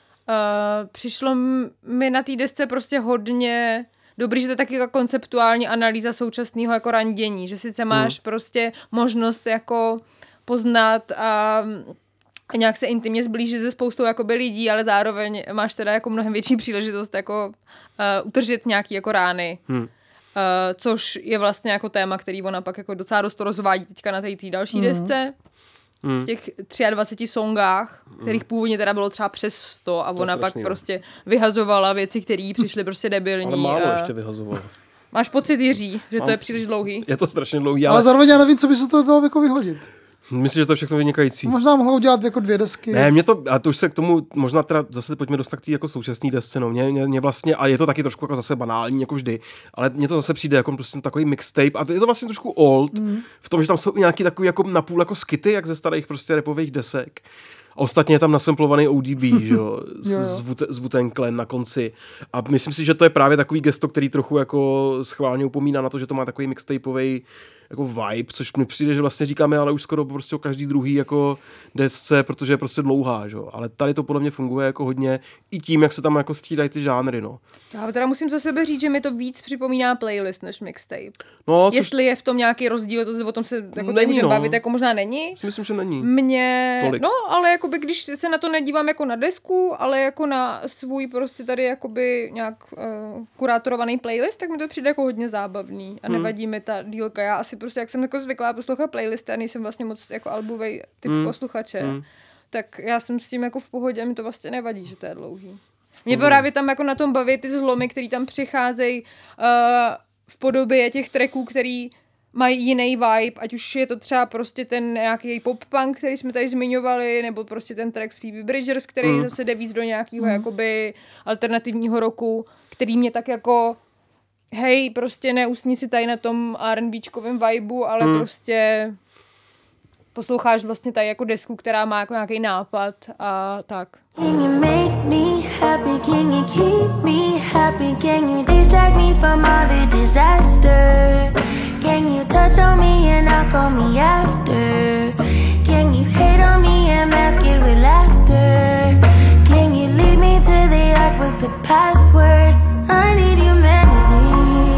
přišlo mi na té desce prostě hodně dobrý, že to je taky jako konceptuální analýza současného jako randění, že sice máš prostě možnost jako poznat a nějak se intimně zblížit se spoustou jakoby lidí, ale zároveň máš teda jako mnohem větší příležitost jako utržit nějaký jako rány. Což je vlastně jako téma, který ona pak jako docela dost rozvádí teďka na té další desce. V těch 23 songách, kterých původně teda bylo třeba přes 100 a ona pak prostě vyhazovala věci, které jí přišly prostě debilní. Ale málo ještě vyhazovala. Máš pocit, Jiří, že to je příliš dlouhý? Je to strašně dlouhý, ale zároveň já nevím, co by se to dalo jako vyhodit. Myslím, že to je všechno vynikající. Možná mohla udělat jako 2 desky. Ne, a to už se k tomu, možná teda zase pojďme dostat k té jako současné desce, no. Mě vlastně, a je to taky trošku jako zase banální, jako vždy, ale mně to zase přijde jako prostě takový mixtape a je to vlastně trošku old, v tom, že tam jsou nějaký takový jako napůl jako skity, jak ze starých prostě rapových desek. A ostatně je tam nasemplovaný ODB, že jo, z Wu-Tang Clan na konci. A myslím si, že to je právě takový gesto, který trochu jako schválně upomíná na to, že to má takový mixtapeový jako vibe, což mi přijde, že vlastně říkáme, ale už skoro prostě o každý druhý jako desce, protože je prostě dlouhá, že jo. Ale tady to podle mě funguje jako hodně i tím, jak se tam jako střídají ty žánry, no. Já teda musím za sebe říct, že mi to víc připomíná playlist než mixtape. No, jestli je v tom nějaký rozdíl, to o tom se jako můžeme bavit, jako možná není. Myslím, že není. No, ale jakoby, když se na to nedívám jako na desku, ale jako na svůj prostě tady jakoby nějak kurátorovaný playlist, tak mi to přijde jako hodně zábavný a nevadí mi ta dílka. Já asi prostě, jak jsem jako zvyklá poslouchat playlisty a nejsem vlastně moc jako albovej typ posluchače, tak já jsem s tím jako v pohodě a mi to vlastně nevadí, že to je dlouhý. Mě právě tam jako na tom baví ty zlomy, který tam přicházejí v podobě těch tracků, který mají jiný vibe, ať už je to třeba prostě ten nějaký pop-punk, který jsme tady zmiňovali, nebo prostě ten track s Phoebe Bridgers, který zase jde víc do nějakého jakoby alternativního roku, který mě tak jako hej, prostě neusni si tady na tom R&Bčkovém vibeu, ale prostě posloucháš vlastně tady jako desku, která má jako nějaký nápad a tak. Can you make me happy? Can you keep me happy? Can you distract me from all the disaster? Can you touch on me and not call me after? Can you hate on me and mask it with laughter? Can you lead me to the ark? Was the password? I need humanity.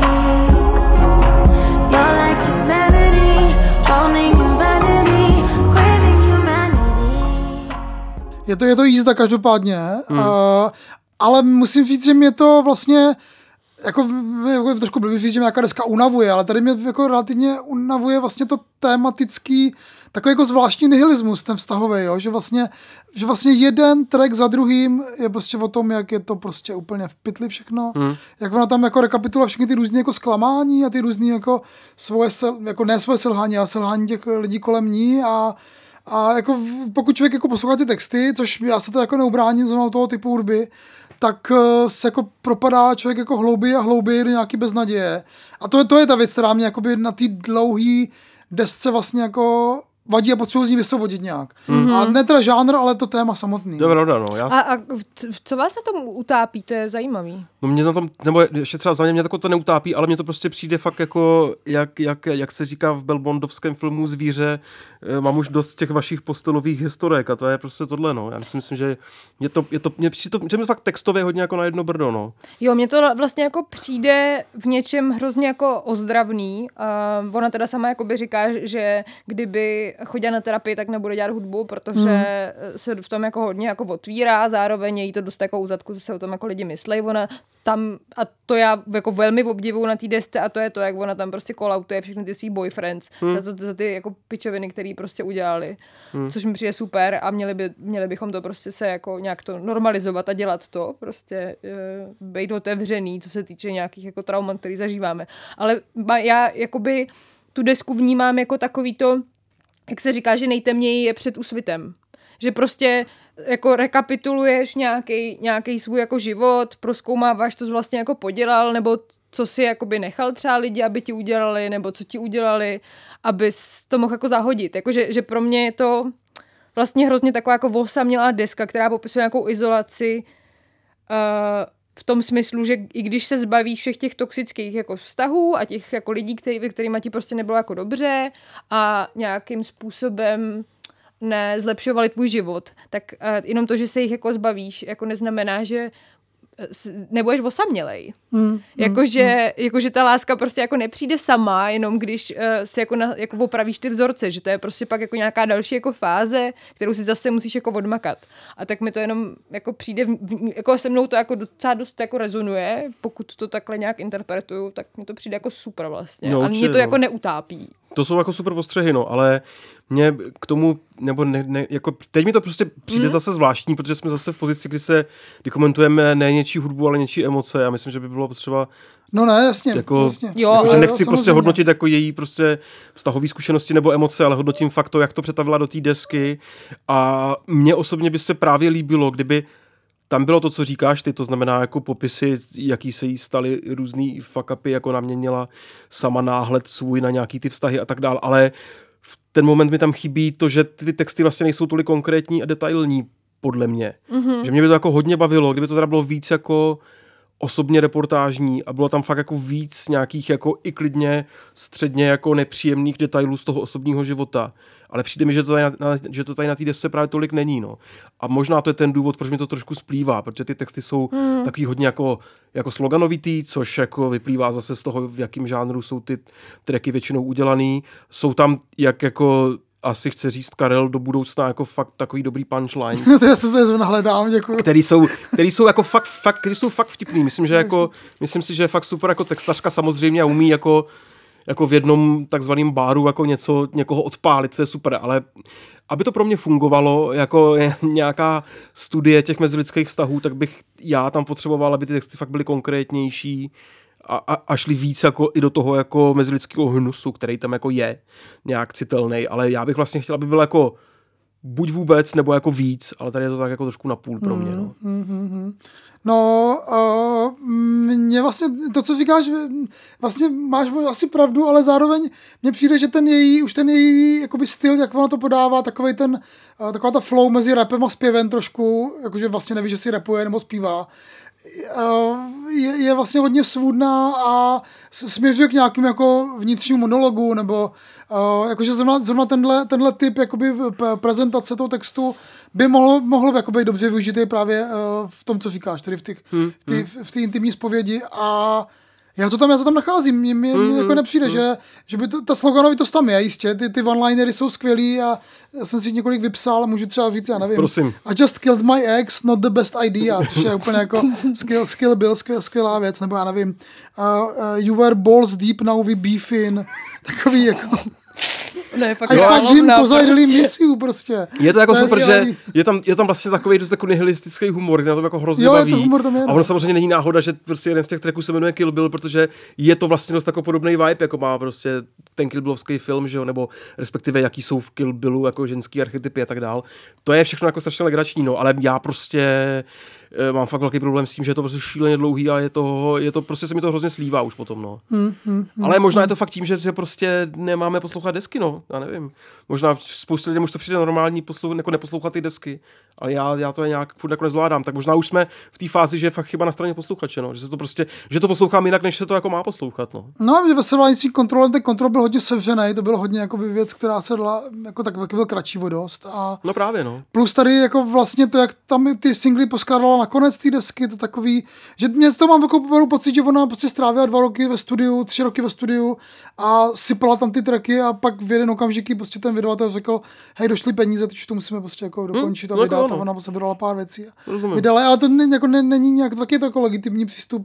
You're like humanity, drowning in vanity, craving humanity. Je to jízda každopádně, ale musím říct, že mě to vlastně jako trošku blbý říct, že mě nějaká deska unavuje, ale tady mě jako relativně unavuje vlastně to tematický, takový jako zvláštní nihilismus, ten vztahový, jo? Že vlastně jeden track za druhým je prostě o tom, jak je to prostě úplně v pytli všechno, jak ona tam jako rekapituluje všechny ty různý jako zklamání a ty různý jako svoje, jako ne svoje selhání, ale selhání těch lidí kolem ní a jako pokud člověk jako poslouchá ty texty, což já se to jako neubráním zrovna toho typu hudby, tak se jako propadá člověk jako hlouběji a hlouběji do nějaký beznaděje. A to je ta věc, která mě jakoby na té dlouhý desce vlastně jako vadí a potřebuji z ní vysvobodit nějak. A ne teda žánr, ale to téma samotný. To je pravda, no. A co vás na tom utápí, to je zajímavý. No mě na tom, nebo ještě třeba za mě to neutápí, ale mně to prostě přijde fakt jako, jak se říká v belbondovském filmu Zvíře, mám už dost těch vašich postelových historek a to je prostě tohle, no. Já si myslím, že mě přijde fakt textově hodně jako na jedno brdo, no. Jo, mně to vlastně jako přijde v něčem hrozně jako ozdravný. Ona teda sama jakoby říká, že kdyby chodila na terapii, tak nebude dělat hudbu, protože se v tom jako hodně jako otvírá, zároveň jí to dost jako uzadku, co se o tom jako lidi myslejí. Ona tam, a to já jako velmi obdivuju na té desce, a to je to, jak ona tam prostě call-outuje všechny ty svý boyfriends za ty jako pičoviny, který prostě udělali, což mi přijde super a měli bychom to prostě se jako nějak to normalizovat a dělat to, prostě být otevřený, co se týče nějakých jako traumat, který zažíváme. Ale já jakoby tu desku vnímám jako takový to, jak se říká, že nejtemněji je před úsvitem. Že prostě jako rekapituluješ nějaký svůj jako život, prozkoumáváš, co jsi vlastně jako podělal, nebo co si jakoby nechal třeba lidi, aby ti udělali, nebo co ti udělali, abys to mohl jako zahodit. Jakože, že pro mě je to vlastně hrozně taková jako osamělá deska, která popisuje nějakou izolaci v tom smyslu, že i když se zbavíš všech těch toxických jako vztahů a těch jako lidí, kterýma ti prostě nebylo jako dobře a nějakým způsobem nezlepšovali tvůj život, tak jenom to, že se jich jako zbavíš, jako neznamená, že nebudeš osamělej. Jakože ta láska prostě jako nepřijde sama, jenom když si jako opravíš ty vzorce, že to je prostě pak jako nějaká další jako fáze, kterou si zase musíš jako odmakat. A tak mi to jenom jako přijde, jako se mnou to jako docela dost jako rezonuje, pokud to takhle nějak interpretuju, tak mi to přijde jako super vlastně. No, a mě to jako neutápí. To jsou jako super postřehy, no, ale mě k tomu, nebo jako teď mi to prostě přijde zase zvláštní, protože jsme zase v pozici, kdy komentujeme ne něčí hudbu, ale něčí emoce. Já myslím, že by bylo potřeba no ne, jasně. Jako, jasně. Jo, jako, že nechci samozřejmě. prostě hodnotit jako její prostě vztahové zkušenosti nebo emoce, ale hodnotím fakt to, jak to přetavila do té desky. A mně osobně by se právě líbilo, kdyby tam bylo to, co říkáš ty, to znamená jako popisy, jaký se jí staly různý fuck-upy, jako naměnila sama náhled svůj na nějaký ty vztahy a tak dál, ale v ten moment mi tam chybí to, že ty texty vlastně nejsou tolik konkrétní a detailní, podle mě. Že mě by to jako hodně bavilo, kdyby to teda bylo víc jako osobně reportážní a bylo tam fakt jako víc nějakých jako i klidně středně jako nepříjemných detailů z toho osobního života. Ale přijde mi, že to tady na té desce právě tolik není. No. A možná to je ten důvod, proč mi to trošku splývá, protože ty texty jsou takový hodně jako sloganovitý, což jako vyplývá zase z toho, v jakém žánru jsou ty tracky většinou udělaný. Jsou tam jak jako asi chce říct Karel do budoucna jako fakt takový dobrý punchlines. Já se to nahledám, děkuji. Který jsou jako fakt vtipný. Myslím si, že je fakt super jako textařka samozřejmě a umí jako v jednom takzvaném báru jako někoho odpálit, co je super, ale aby to pro mě fungovalo jako nějaká studie těch mezilidských vztahů, tak bych já tam potřeboval, aby ty texty fakt byly konkrétnější a šli víc jako i do toho jako mezilidského hnusu, který tam jako je nějak citelný, ale já bych vlastně chtěl, aby byl jako buď vůbec, nebo jako víc, ale tady je to tak jako trošku napůl pro mě. No. No, mě vlastně to, co říkáš, vlastně máš asi pravdu, ale zároveň mně přijde, že ten její jakoby styl, jak ona to podává, taková ta flow mezi rapem a zpěvem trošku, jakože vlastně neví, že si rapuje nebo zpívá, je vlastně hodně svůdná a směřuje k nějakým jako vnitřnímu monologu, nebo jakože zrovna tenhle typ jakoby prezentace toho textu by mohlo jakoby dobře využít právě v tom, co říkáš, tedy v té intimní zpovědi a já to tam nacházím, mně jako nepřijde, že by ta sloganovitost tam je, jistě, ty one-linery jsou skvělý a já jsem si několik vypsal a můžu třeba říct, já nevím. Prosím. I just killed my ex, not the best idea, což je úplně jako skvělá věc, nebo já nevím. You were balls deep, now we beefin. Takový jako... Ne, fakt I fucked him, cause I really miss you, prostě. Je to jako super, že je tam vlastně takový dost jako nihilistický humor, který na tom jako hrozně baví. A ono samozřejmě není náhoda, že prostě jeden z těch tracků se jmenuje Kill Bill, protože je to vlastně dost jako podobný vibe, jako má prostě ten Kill Billovský film, že jo, nebo respektive jaký jsou v Kill Billu jako ženský archetypy a tak dál. To je všechno jako strašně legrační, no, ale já prostě mám fakt velký problém s tím, že je to prostě šíleně dlouhý a je to prostě se mi to hrozně slívá už potom, no. Ale možná je to fakt tím, že prostě nemáme poslouchat desky, no, já nevím. Možná spoustu lidem už to přijde normální jako neposlouchat ty desky, ale já to nějak furt jako nezvládám, tak možná už jsme v té fázi, že je fakt chyba na straně posluchače, no, že to poslouchám jinak, než se to jako má poslouchat, no. No, že ve srovnání s tím kontrolem, ten kontrol byl hodně sevřenej, to bylo hodně jakoby věc, která se dala, jako tak byl kratší vodost. A no právě, no. Plus tady jako vlastně to, jak tam ty singly poskládala nakonec ty desky, to takový, že mě z toho mám jako pocit, že ona prostě strávila 2 roky ve studiu, 3 roky ve studiu a sypala tam ty tracky a pak v jeden okamžik prostě ten vydavatel řekl, hej, došly peníze, teď to musíme prostě jako dokončit a vydat a ona se vydala pár věcí. Vydala, ale to jako není nějak, taky to jako legitimní přístup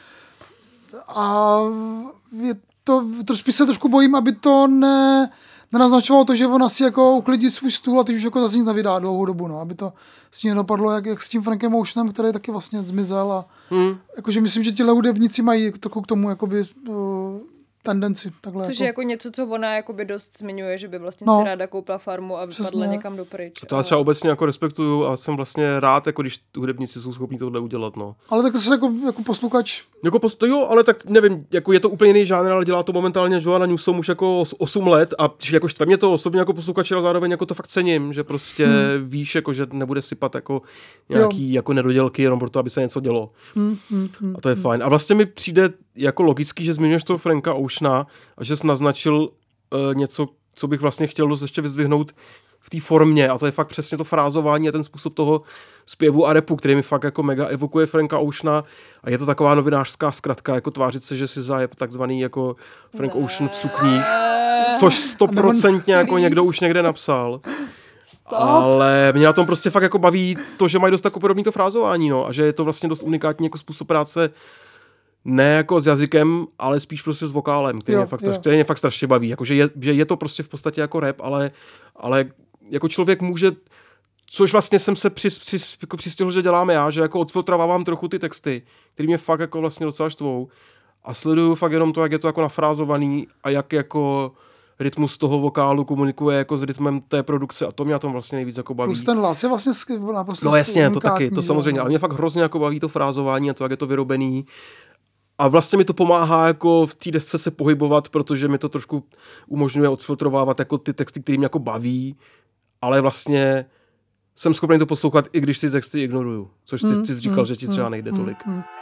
a je to, spíš se trošku bojím, aby to nenaznačovalo to, že ona si jako uklidí svůj stůl a teď už jako zase nic nevydá dlouhou dobu, no, aby to s ní nedopadlo, jak s tím Frankem Oceanem, který taky vlastně zmizel a jakože myslím, že ti hudebníci mají trochu k tomu jakoby tendenci. Takhle což jako. je jako něco, co ona jakoby dost zmiňuje, že by vlastně si ráda koupila farmu a vypadla někam dopryč. To já třeba obecně jako respektuju a jsem vlastně rád, jako když hudebníci jsou schopní tohle udělat, no. Ale tak se jako posluchač. Jo, ale tak nevím, jako je to úplně jiný žánr, ale dělá to momentálně Joanna Newsom už jako 8 let a jako štve mě to osobně jako posluchače, ale zároveň jako to fakt cením, že prostě víš, jako že nebude sypat jako nějaký jako nedodělky jenom proto, aby se něco dělo. A to je fajn. A vlastně mi přijde jako logický, že zmiňuješ toho Franka Oceana a že jsi naznačil něco, co bych vlastně chtěl dost ještě vyzdvihnout v té formě a to je fakt přesně to frázování a ten způsob toho zpěvu a rapu, který mi fakt jako mega evokuje Franka Oceana a je to taková novinářská zkratka, jako tvářit se, že si je takzvaný jako Frank Ocean v sukních, což 100% jako někdo už někde napsal. Stop. Ale mě na tom prostě fakt jako baví to, že mají dost jako podobný to frázování, no, a že je to vlastně dost unikátní jako způsob práce ne jako s jazykem, ale spíš prostě s vokálem, který mě fakt strašně baví. Jako, že je to prostě v podstatě jako rap, ale jako člověk může, což vlastně jsem se přistihl, že dělám já, že jako odfiltrovávám trochu ty texty, který mě fakt jako vlastně docela štvou a sleduju fakt jenom to, jak je to jako nafrázovaný a jak jako rytmus toho vokálu komunikuje jako s rytmem té produkce a to mě na tom vlastně nejvíc jako baví. Plus ten hlas je vlastně naprosto no jasně, to taky, to samozřejmě, ale mě fakt hrozně jako baví to frázování a to, jak je to vyrobený. A vlastně mi to pomáhá jako v té desce se pohybovat, protože mi to trošku umožňuje odfiltrovávat jako ty texty, které mě jako baví, ale vlastně jsem schopný to poslouchat, i když ty texty ignoruju. Což ty jsi říkal, že ti třeba nejde tolik.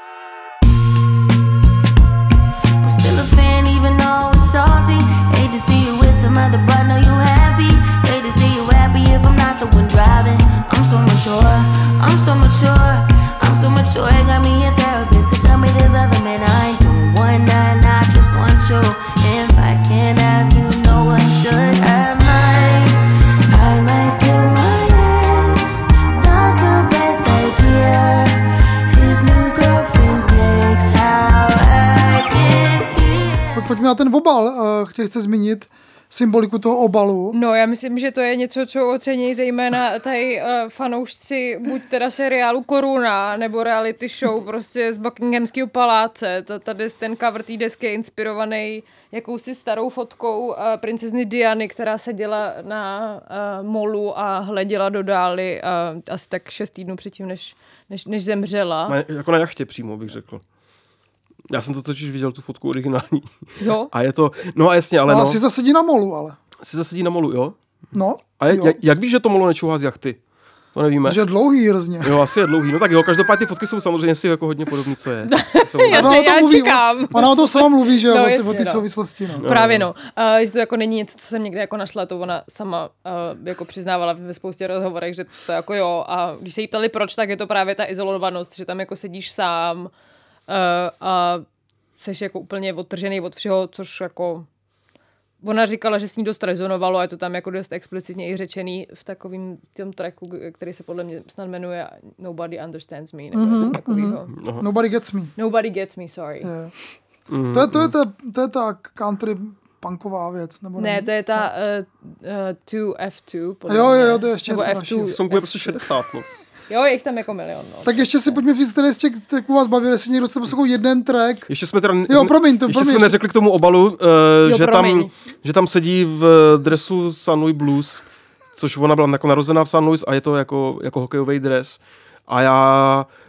Pojďme na ten obal, chtěl jste zmínit symboliku toho obalu. No, já myslím, že to je něco, co ocení zejména tady fanoušci buď teda seriálu Koruna, nebo reality show prostě z Buckinghamského paláce. Tady ten cover té desky je inspirovaný jakousi starou fotkou princezny Diany, která seděla na molu a hleděla do dály asi tak 6 týdnů předtím, než zemřela. Jako na jachtě přímo, bych řekl. Já jsem to totiž viděl, tu fotku originální. Jo? A je to, no a jasně, ale no. Si zasedí na molu, ale. Si zasedí na molu, jo? No. A jak víš, že to molo nečouhá z jachty? To nevíme. Že je dlouhý hrozně. Jo, asi je dlouhý. No tak jo, každopádně ty fotky jsou samozřejmě si jako hodně podobný, co je. Já čekám. Ona o tom sama mluví, že jo, o ty souvislosti. No. Právě no. Jestli to jako není něco, co jsem někde jako našla, to ona sama jako přiznávala ve spoustě rozhovorech, že to jako jo. A když se jí ptali proč, tak je to právě ta izolovanost, že tam jako sedíš sám a seš jako úplně odtržený od všeho, což jako ona říkala, že s ní dost rezonovalo a je to tam jako dost explicitně i řečený v takovým tom tracku, který se podle mě snad jmenuje Nobody Understands Me. Nobody Gets Me. Nobody Gets Me, sorry. Yeah. To je ta country punková věc. Nebo ne, to je ta 2F2. Jo, to je ještě F2. Songuje prostě 60, no. Jo, je jich tam jako milion. No. Tak ještě si pojďme říct, který z těch tracků vás bavil, jestli někdo chce poslouchat jeden track. Ještě jsme teda jsme neřekli k tomu obalu, že tam sedí v dresu St. Louis Blues, což ona byla jako narozená v St. Louis a je to jako hokejový dres. A já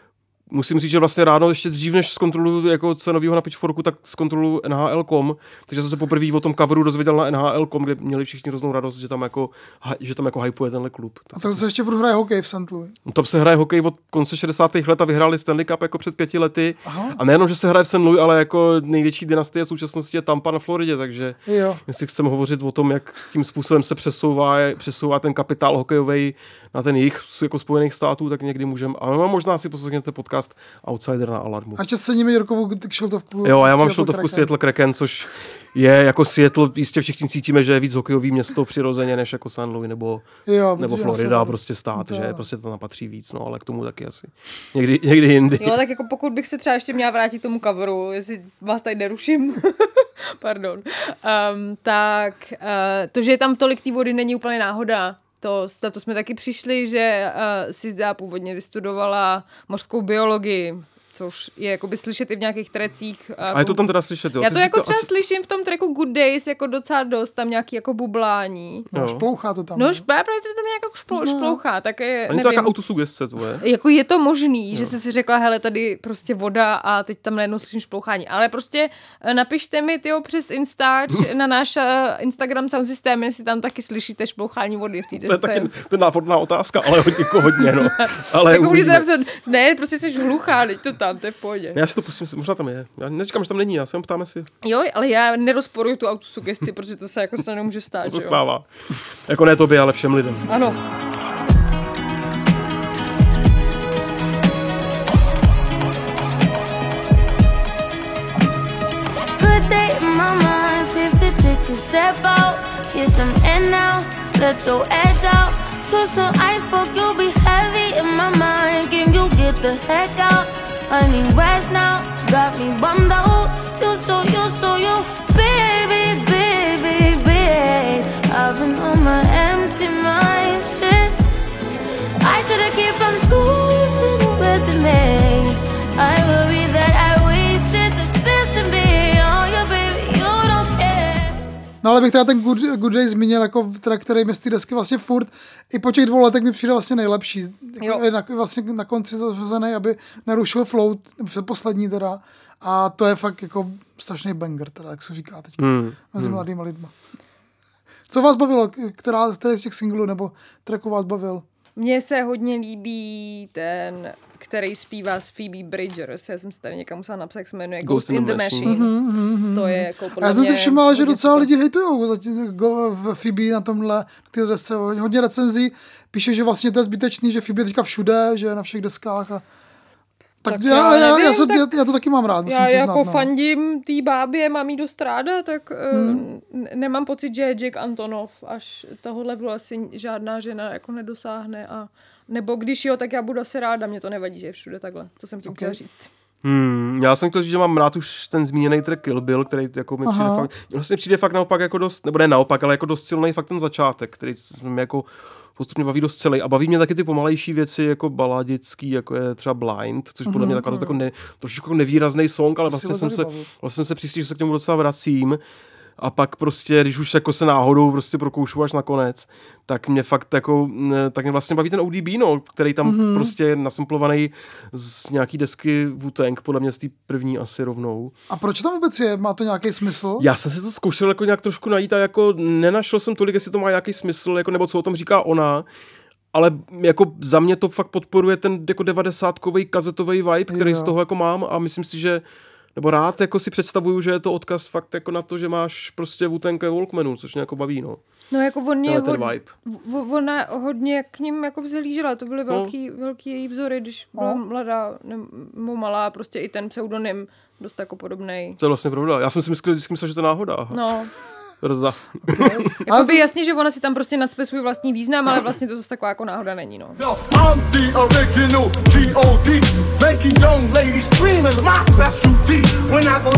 musím říct, že vlastně ráno ještě dřív, než zkontroluji jako co novýho na Pitchforku, tak zkontroluji NHL.com, takže jsem se poprvé o tom coveru dozvěděl na NHL.com, kde měli všichni hroznou radost, že tam jako hypuje tenhle klub. A to se ještě furt hraje hokej v St. Louis. Tam se hraje hokej od konce 60. let a vyhráli Stanley Cup jako před 5 lety. Aha. A nejenom, že se hraje v St. Louis, ale jako největší dynastie v současnosti je Tampa na Floridě, takže jestli chceme hovořit o tom, jak tím způsobem se přesouvá ten kapitál hokejový na ten jejich jako Spojených států, tak někdy můžeme. A možná si poslechněte podcast Outsider na Alarmu. A ještě ceníme Jirkovu šiltovku. Jo, a já mám šiltovku Seattle Kraken, což je jako Seattle, jistě všichni cítíme, že je víc hokejový město přirozeně, než jako St. Louis nebo Florida, prostě stát, že prostě to napatří víc, no, ale k tomu taky asi někdy jindy. Jo, tak jako pokud bych se třeba ještě měla vrátit k tomu coveru, jestli vás tady neruším, pardon, tak to, že je tam tolik té vody, není úplně náhoda. To jsme taky přišli, že Sizda původně vystudovala mořskou biologii, což je jakoby slyšet i v nějakých trecích. A je to tam teda slyšet, jo? Já to jako třeba slyším v tom tracku Good Days jako docela dost, tam nějaký jako bublání. No, šplouchá to tam. No, právě to tam nějak jako šplouchá, tak je, nevím. To taká autosugestce tvoje. Jako je to možný, že jsi si řekla, hele, tady prostě voda a teď tam najednou slyším šplouchání. Ale prostě napište mi, přes Instač na náš Instagram Sound System, jestli tam taky slyšíte šplouchání vody v té desce. To je taky návodná otázka, ale hodně, no. Ale jako můžete napsat, ne, prostě jsi hluchá, teď to tam, to je v pohodě. Já si to pustím, možná tam je. Já neříkám, že tam není, já se ptám si. Jo, ale já nerozporuju tu autosugesti, protože to se jako snadno může stát. To se stává. Jako ne tobě, ale všem lidem. Ano. Good day in my mind, safe to take a step out, get some air now, let your edge out. To some iceberg, you'll be heavy in my mind. Can you get the heck out? I need rest now, got me bummed out. You so baby, baby, baby. I've been on my empty mind, shit. I should've kept from losing the best in me. I worry that I wasted the best in me. Oh, yeah, baby, you don't care. No ale bych teda ten Good Day zmínil jako track, který mi z té desky vlastně furt i po těch 2 letech mi přijde vlastně nejlepší. Jako vlastně na konci zařazený, aby nerušil flow, předposlední teda. A to je fakt jako strašný banger, teda, jak se říká teď mezi mladýma lidma. Co vás bavilo? Který z těch singlů nebo tracků vás bavil? Mně se hodně líbí ten, který zpívá s Phoebe Bridgers. Já jsem si tady někam musela napsat, jak se jmenuje Ghost in the Machine. To je jako podle mě... Já jsem si všiml, že docela lidi hejtujou v Phoebe na tomhle desce. Hodně recenzí píše, že vlastně to je zbytečný, že Phoebe je teďka všude, že je na všech deskách a tak já to taky mám rád. Já jako fandím té bábě, mám jí dost ráda, tak nemám pocit, že Jack Antonov až toho levelu asi žádná žena jako nedosáhne. A nebo když jo, tak já budu asi ráda, mě to nevadí, že je všude takhle. To jsem tím chtěla říct. Já jsem chtěl říct, že mám rád už ten zmíněný track Kill Bill, který jako mi přijde fakt naopak jako dost, nebo ne naopak, ale jako dost silný fakt ten začátek, který se mi jako postupně baví dost celý. A baví mě taky ty pomalejší věci, jako baladický, jako je třeba Blind, což podle mě taková jako trošičku nevýrazný song, ale vlastně jsem se přistil, že se k němu docela vracím. A pak prostě, když už jako se náhodou prostě prokoušu až nakonec, tak mě fakt jako, tak mě vlastně baví ten ODB, no, který tam prostě je nasamplovaný z nějaký desky Wu-Tang, podle mě z té první asi rovnou. A proč tam vůbec je? Má to nějaký smysl? Já jsem si to zkoušel jako nějak trošku najít a jako nenašel jsem tolik, jestli to má nějaký smysl, jako, nebo co o tom říká ona, ale jako za mě to fakt podporuje ten jako 90kový kazetový vibe, který z toho jako mám a myslím si, že nebo rád jako si představuju, že je to odkaz fakt jako na to, že máš prostě Wu-Tang Walkmanu, což mě jako baví, no. No jako vibe. Ona hodně k ním jako vzhlížela, to byly velký její vzory, když byla mladá nebo malá, prostě i ten pseudonym dost jako podobnej. To je vlastně pravda. Já jsem si myslel, že to je náhoda. No. Rza. Okay. Jakoby jasně, že ona si tam prostě nacpe svůj vlastní význam, ale vlastně to zase taková jako náhoda není, no. I'm the original G.O.D. Making young ladies scream is my specialty. When I go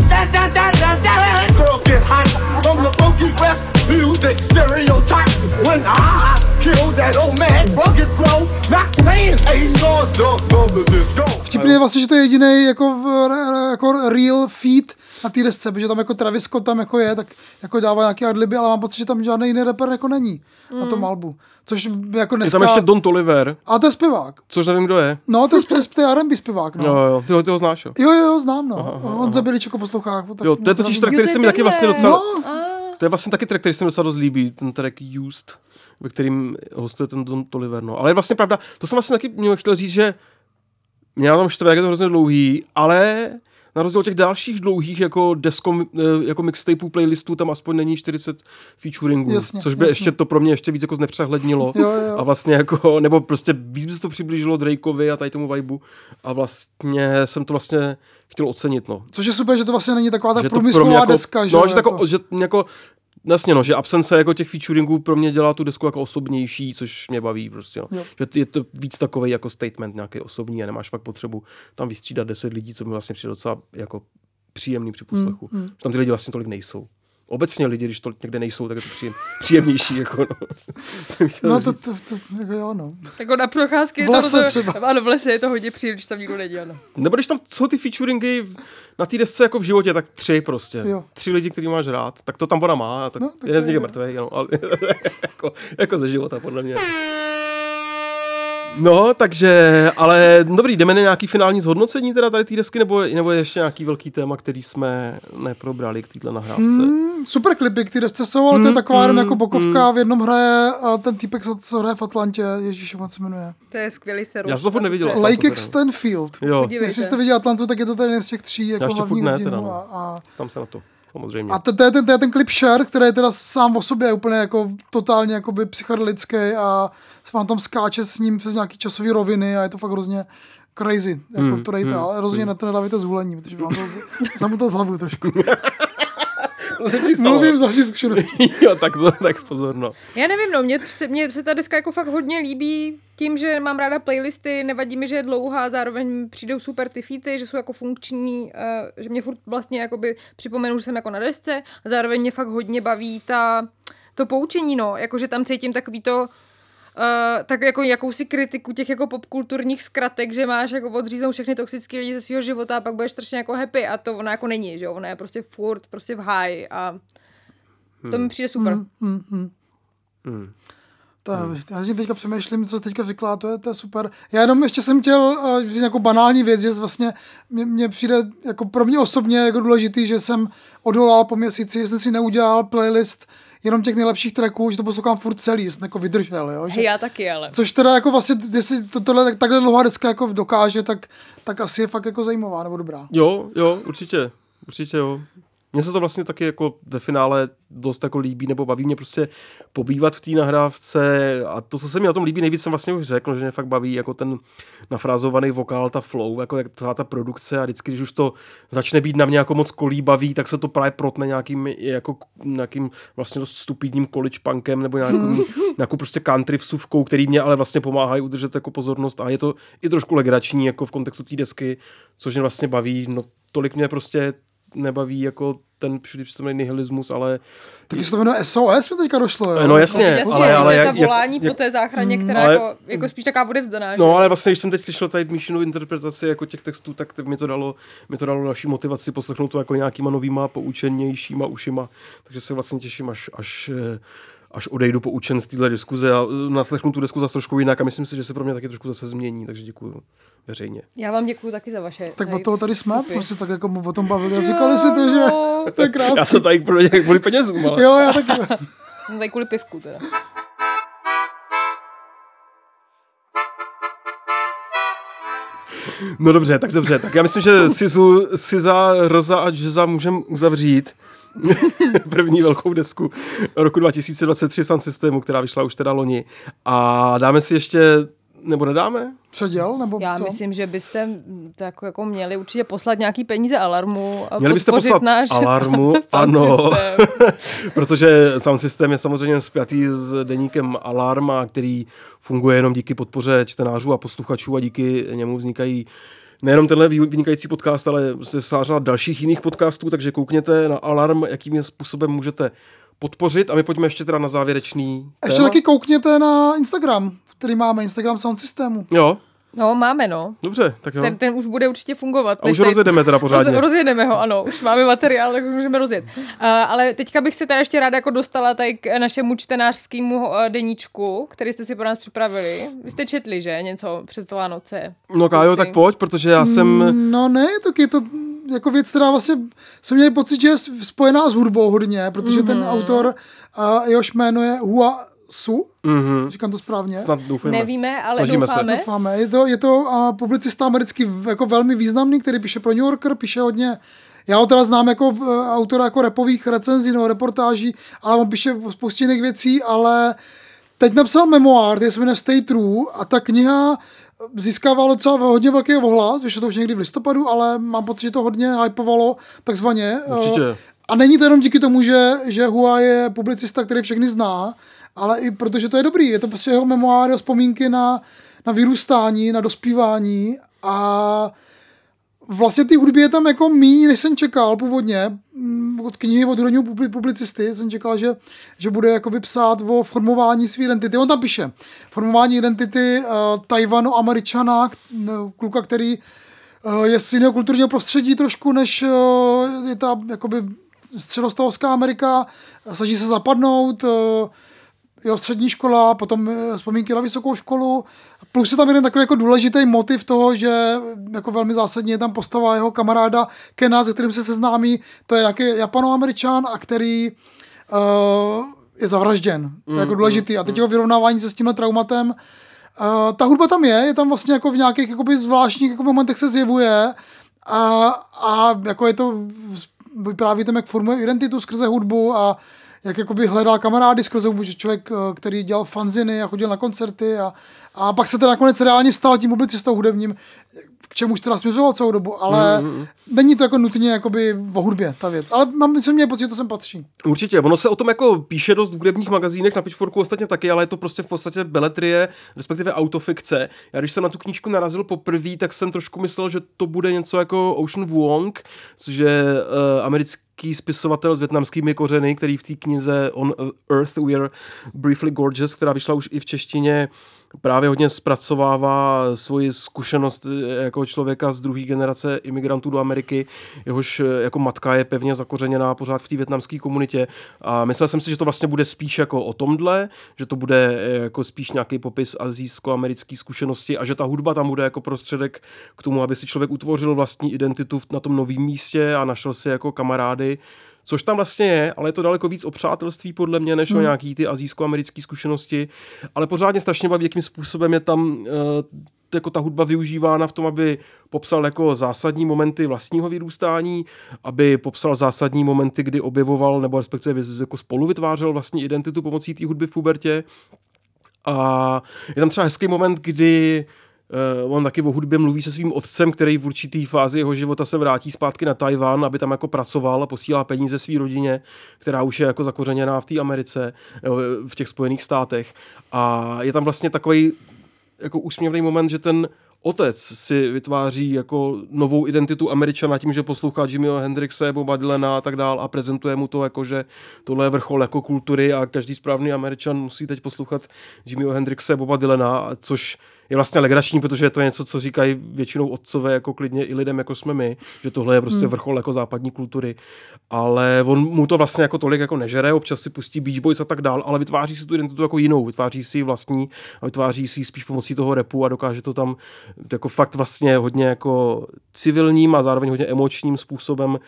da girl get hot from the funky west music stereotype. When I kill that old man rugged flow, not playing Ace on the disco. Vtipně je vlastně, že to je jediný jako real feat na té desce, protože tam jako Travis Scott tam jako je, tak jako dává nějaké adliby, ale mám pocit, že tam žádný jiný rapper jako není na tom albu. Což jako dneska... Je tam ještě Don Toliver. A to je zpěvák. Což nevím, kdo je. No, to je R&B zpěvák, no. Jo, ty ho znáš, jo. Jo, znám, no. On za Běličko poslouchá. Jo, to je totiž track, který se mi taky vlastně docela... No. To je vlastně taky track, který se mi docela dost líbí, ten track Used, ve kterým hostuje ten Don Toliver, no. Ale je vlastně pravda, to jsem vlastně taky chtěl říct, že mě na tom štve, jak je to hrozně dlouhý, ale na rozdíl od těch dalších dlouhých jako jako mixtapeů, playlistů, tam aspoň není 40 featuringů, což by ještě to pro mě ještě víc jako znepřehlednilo. Jo. A vlastně jako, nebo prostě víc by se to přiblížilo Drakeovi a tady tomu vibu a vlastně jsem to vlastně chtěl ocenit, no. Což je super, že to vlastně není taková tak průmyslová jako, deska, že? No, že jako jasně, no, že absence jako těch featuringů pro mě dělá tu desku jako osobnější, což mě baví prostě, no. Že je to víc takovej jako statement nějaký osobní a nemáš fakt potřebu tam vystřídat 10 lidí, co mi vlastně přijde docela jako příjemný při poslechu. Že tam ty lidi vlastně tolik nejsou. Obecně lidi, když to někde nejsou, tak je to příjemnější, jako no. To jako jo, no. Tak na procházky v lese třeba. Ano, v lese je to hodně příjemný, když tam nikdo není, ano. Nebo když tam jsou ty featuringy na té desce jako v životě, tak 3 prostě. Jo. 3 lidi, který máš rád, tak to tam ona má, a tak no, jeden z nich je mrtvý, ale jako ze života, podle mě. No, takže, ale dobrý, jdeme na nějaký finální zhodnocení teda tady té desky, nebo ještě nějaký velký téma, který jsme neprobrali k téhle nahrávce? Super klipy k té desce jsou, ale to je taková jenom jako bokovka, v jednom hraje ten týpek, co hraje v Atlantě, ježíš, jak se jmenuje. To je skvělý serus. Já jsem to furt neviděl. Lake Stanfield. Jo. Jestli jste viděli Atlantu, tak je to ten z těch 3 jako hlavních hrdinů. Tam se na to. Samozřejmě. A to je ten klip Share, který je teda sám o sobě úplně jako totálně jakoby psychedelický a vám tam skáče s ním přes nějaký časový roviny a je to fakt hrozně crazy, jako to dejte, ale rozhodně na to nedávajte zhulení, protože vám to zamutat hlavu trošku. Mluvím z vaší zkušenosti. Jo, tak pozor, no. Já nevím, no, mně se ta deska jako fakt hodně líbí tím, že mám ráda playlisty, nevadí mi, že je dlouhá, zároveň přijdou super ty featy, že jsou jako funkční, že mě furt vlastně jakoby připomenu, že jsem jako na desce a zároveň mě fakt hodně baví to poučení, no, jakože tam cítím takový to tak jako jakousi kritiku těch jako popkulturních zkratek, že máš jako odříznout všechny toxické lidi ze svého života a pak budeš strašně jako happy a to ona jako není, že jo, ona je prostě furt prostě v high a to mi přijde super. Já si teďka přemýšlím, co teďka řekla, to je super. Já jenom ještě jsem chtěl říct jako banální věc, že vlastně mě přijde jako pro mě osobně jako důležitý, že jsem odolal po měsíci, že jsem si neudělal playlist jenom těch nejlepších tracků, že to poslouchám furt celý, že jsem jako vydržel, jo. Že, já taky, ale. Což teda jako vlastně, jestli tohle takhle dlouhá deska jako dokáže, tak asi je fakt jako zajímavá nebo dobrá. Jo, určitě jo. Mně se to vlastně taky jako ve finále dost jako líbí, nebo baví mě prostě pobývat v té nahrávce a to, co se mi na tom líbí nejvíc, jsem vlastně už řekl, že mě fakt baví jako ten nafrázovaný vokál, ta flow, jako jak celá ta produkce a vždycky, když už to začne být na mě jako moc kolíbavý, tak se to právě protne nějakým vlastně dost stupidním college punkem nebo nějakou prostě country vsuvkou, který mě ale vlastně pomáhají udržet jako pozornost a je to i trošku legrační jako v kontextu té desky, což mě vlastně baví, no tolik mě prostě nebaví jako ten všudy přítomný nihilismus, ale... Taky se to jmenuje SOS, mi teďka došlo, jo? No jasně, ale ta volání po té záchraně, která ale, jako spíš taková odevzdaná. No, ale vlastně, když jsem teď slyšel tady Míšinu interpretaci jako těch textů, tak mi to dalo další motivaci poslechnout to jako nějakýma novýma, poučenějšíma ušima, takže se vlastně těším, až odejdu poučen z téhle diskuze a naslechnu tu desku zase trošku jinak a myslím si, že se pro mě taky trošku zase změní, takže děkuju veřejně. Já vám děkuju taky za vaše. Tak od toho tady jsme, prostě tak jako o tom bavili a říkali si to, že to je krásný. Já jsem tady kvůli penězům, ale... Jo, já taky. Jsem tady kvůli pivku teda. No dobře, tak já myslím, že Siza, Roza a Jza můžeme uzavřít. První velkou desku roku 2023 Sound Systemu, která vyšla už teda loni. A dáme si ještě, nebo nedáme? Předěl, nebo já co? myslím, že byste jako měli určitě poslat nějaký peníze Alarmu a měli byste poslat náš Alarmu, ano. Protože Sound System je samozřejmě spjatý s deníkem Alarm, který funguje jenom díky podpoře čtenářů a posluchačů a díky němu vznikají nejenom tenhle vynikající podcast, ale se sářila dalších jiných podcastů, takže koukněte na Alarm, jakým způsobem můžete podpořit a my pojďme ještě teda na závěrečný téma. Ještě taky koukněte na Instagram, který máme, Instagram Sound Systemu. Jo. No, máme, no. Dobře, tak jo. Ten už bude určitě fungovat. A už rozjedeme teda pořádně. Rozjedeme ho, ano. Už máme materiál, tak už můžeme rozjet. Ale teďka bych se teda ještě ráda jako dostala tady k našemu čtenářskému deníčku, který jste si pro nás připravili. Vy jste četli, že? Něco přes Vánoce. No Kájo, tak pojď, protože já jsem... No ne, tak je to jako věc, která vlastně jsme měli pocit, že je spojená s hudbou hodně, protože ten autor, jehož jméno je Hua Su, říkám to správně. Snad doufujeme. Nevíme, ale Snažíme doufáme. Je to publicista americký jako velmi významný, který píše pro New Yorker, píše hodně. Já ho teda znám jako autora jako rapových recenzí nebo reportáží, ale on píše spoustě jiných věcí, ale teď napsal memoár, který se jmenuje Stay True, a ta kniha získávalo docela hodně velký ohlas, vyšlo to už někdy v listopadu, ale mám pocit, že to hodně hypovalo, takzvaně. Určitě. A není to jenom díky tomu, že Hua je publicista, který všechny zná, ale i protože to je dobrý. Je to prostě jeho memoáry, vzpomínky na vyrůstání, na dospívání, a vlastně ty hudby je tam jako míň, než jsem čekal původně. Od knihy od hudebního publicisty jsem čekal, že bude jakoby psát o formování své identity. On tam píše formování identity Tajvano-Američana, kluka, který je z jiného kulturního prostředí trošku, než je ta jakoby středostavovská Amerika, snaží se zapadnout, jeho střední škola, potom vzpomínky na vysokou školu, plus je tam jeden takový jako důležitý motiv toho, že jako velmi zásadně je tam postava jeho kamaráda Kena, se kterým se seznámí, to je nějaký Japano-Američan, a který je zavražděn. To je jako důležitý. A teď jeho vyrovnávání se s tímhle traumatem. Ta hudba tam je tam vlastně jako v nějakých jakoby zvláštních jako momentech se zjevuje, a jako je to, vypráví tam, jak formuje identitu skrze hudbu a jak jakoby hledal kamarády skrze hudbu, že člověk, který dělal fanziny a chodil na koncerty, a pak se teda nakonec reálně stal tím publicistou hudebním, k čemuž teda směřoval celou dobu, ale není to jako nutně jakoby o hudbě ta věc. Ale myslím, měl pocit, že to sem patří. Určitě, ono se o tom jako píše dost v hudebních magazínech, na Pitchforku ostatně taky, ale je to prostě v podstatě beletrie, respektive autofikce. Já když jsem na tu knížku narazil poprvé, tak jsem trošku myslel, že to bude něco jako Ocean Vuong, což je americký spisovatel s vietnamskými kořeny, který v té knize On Earth We Are Briefly Gorgeous, která vyšla už i v češtině, právě hodně zpracovává svoji zkušenost jako člověka z druhé generace imigrantů do Ameriky, jehož jako matka je pevně zakořeněná pořád v té vietnamské komunitě. A myslel jsem si, že to vlastně bude spíš jako o tomhle, že to bude jako spíš nějaký popis asijsko-americké zkušenosti a že ta hudba tam bude jako prostředek k tomu, aby si člověk utvořil vlastní identitu na tom novém místě a našel si jako kamarády. Což tam vlastně je, ale je to daleko víc o přátelství podle mě, než o nějaký ty asijsko-americké zkušenosti. Ale pořádně strašně baví, jakým způsobem je tam jako ta hudba využívána v tom, aby popsal jako zásadní momenty vlastního vyrůstání, aby popsal zásadní momenty, kdy objevoval nebo respektive jako spolu vytvářel vlastní identitu pomocí té hudby v pubertě. A je tam třeba hezký moment, kdy on taky o hudbě mluví se svým otcem, který v určitý fázi jeho života se vrátí zpátky na Tajvan, aby tam jako pracoval a posílá peníze své rodině, která už je jako zakořeněná v té Americe, v těch Spojených státech. A je tam vlastně takový jako úsměvný moment, že ten otec si vytváří jako novou identitu Američana tím, že poslouchá Jimmyho Hendrixe, Boba Dylana a tak dál a prezentuje mu to jako, že tohle je vrchol jako kultury a každý správný Američan musí teď poslouchat Jimmyho Hendrixe, Boba Dylana, což je vlastně legrační, protože je to něco, co říkají většinou otcové jako klidně i lidem, jako jsme my, že tohle je prostě vrchol jako západní kultury. Ale on mu to vlastně jako tolik jako nežere, občas si pustí Beach Boys a tak dál, ale vytváří si tu identitu jako jinou, vytváří si ji vlastní a vytváří si ji spíš pomocí toho rapu a dokáže to tam jako fakt vlastně hodně jako civilním a zároveň hodně emočním způsobem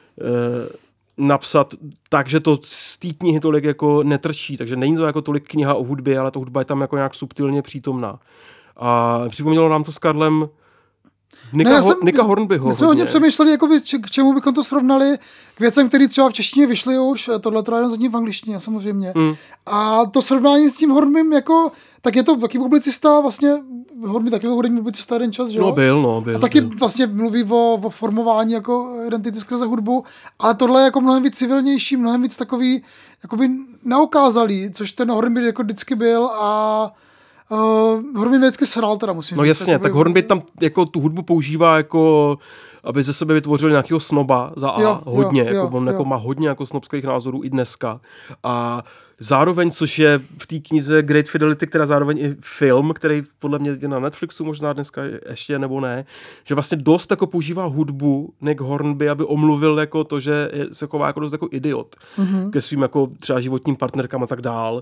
napsat tak, že to z té knihy tolik jako netrčí, takže není to jako tolik kniha o hudbě, ale ta hudba je tam jako nějak subtilně přítomná. A připomnělo nám to s Karlem Nicka Hornbyho. My jsme hodně přemýšleli, jakoby, k čemu bychom to srovnali, k věcem, které třeba v češtině vyšly už, tohle to jenom zatím v angličtině samozřejmě. A to srovnání s tím Hornbym, jako, tak je to taky publicista, vlastně Hornby taky byl hudební publicista jeden čas, že jo? Byl. A taky vlastně mluví o formování jako identity skrze hudbu, ale tohle je jako mnohem víc civilnější, mnohem víc takový, jakoby neokázalý, což ten Hornby jako vždycky byl a Hornby vždycky sral, teda musím říct. No jasně, tak Hornby tam jako tu hudbu používá jako, aby ze sebe vytvořil nějakého snoba za A, hodně, jako on jako má hodně jako snobských názorů i dneska. A zároveň, což je v té knize Great Fidelity, která zároveň i film, který podle mě je na Netflixu možná dneska ještě nebo ne, že vlastně dost jako používá hudbu Nick Hornby, aby omluvil jako to, že se chová jako dost jako idiot ke svým jako třeba životním partnerkám a tak dál.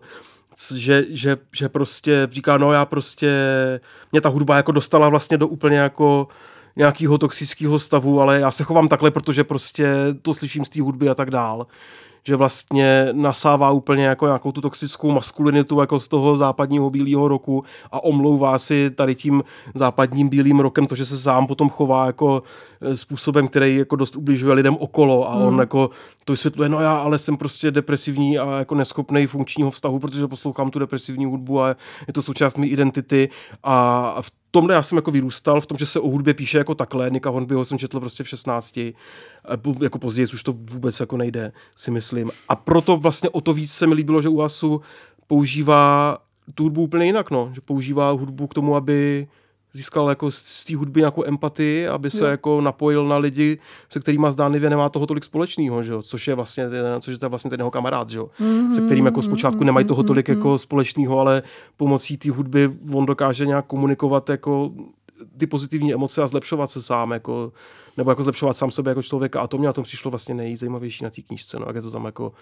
Že prostě říká, no já prostě, mě ta hudba jako dostala vlastně do úplně jako nějakého toxického stavu, ale já se chovám takhle, protože prostě to slyším z té hudby a tak dál. Že vlastně nasává úplně jako nějakou tu toxickou maskulinitu jako z toho západního bílého roku a omlouvá si tady tím západním bílým rokem to, že se sám potom chová jako způsobem, který jako dost ubližuje lidem okolo a on jako to vysvětluje, no já ale jsem prostě depresivní a jako neschopnej funkčního vztahu, protože poslouchám tu depresivní hudbu a je to součást mé identity a v tomhle já jsem jako vyrůstal, v tom, že se o hudbě píše jako takhle. Nicka Hornbyho jsem četl prostě v 16. Jako později už to vůbec jako nejde, si myslím. A proto vlastně o to víc se mi líbilo, že u Asu používá tu hudbu úplně jinak, no. Že používá hudbu k tomu, aby získal jako z té hudby nějakou empatii, aby se jako napojil na lidi, se kterýma zdánlivě nemá toho tolik společného, že jo? Což je vlastně ten jeho kamarád, že jo? Se kterým jako zpočátku nemají toho tolik jako společného, ale pomocí té hudby on dokáže nějak komunikovat jako ty pozitivní emoce a zlepšovat se sám, jako, nebo jako zlepšovat sám sebe jako člověka. A to mě na tom přišlo vlastně nejzajímavější na té knížce, no, jak je to tam jako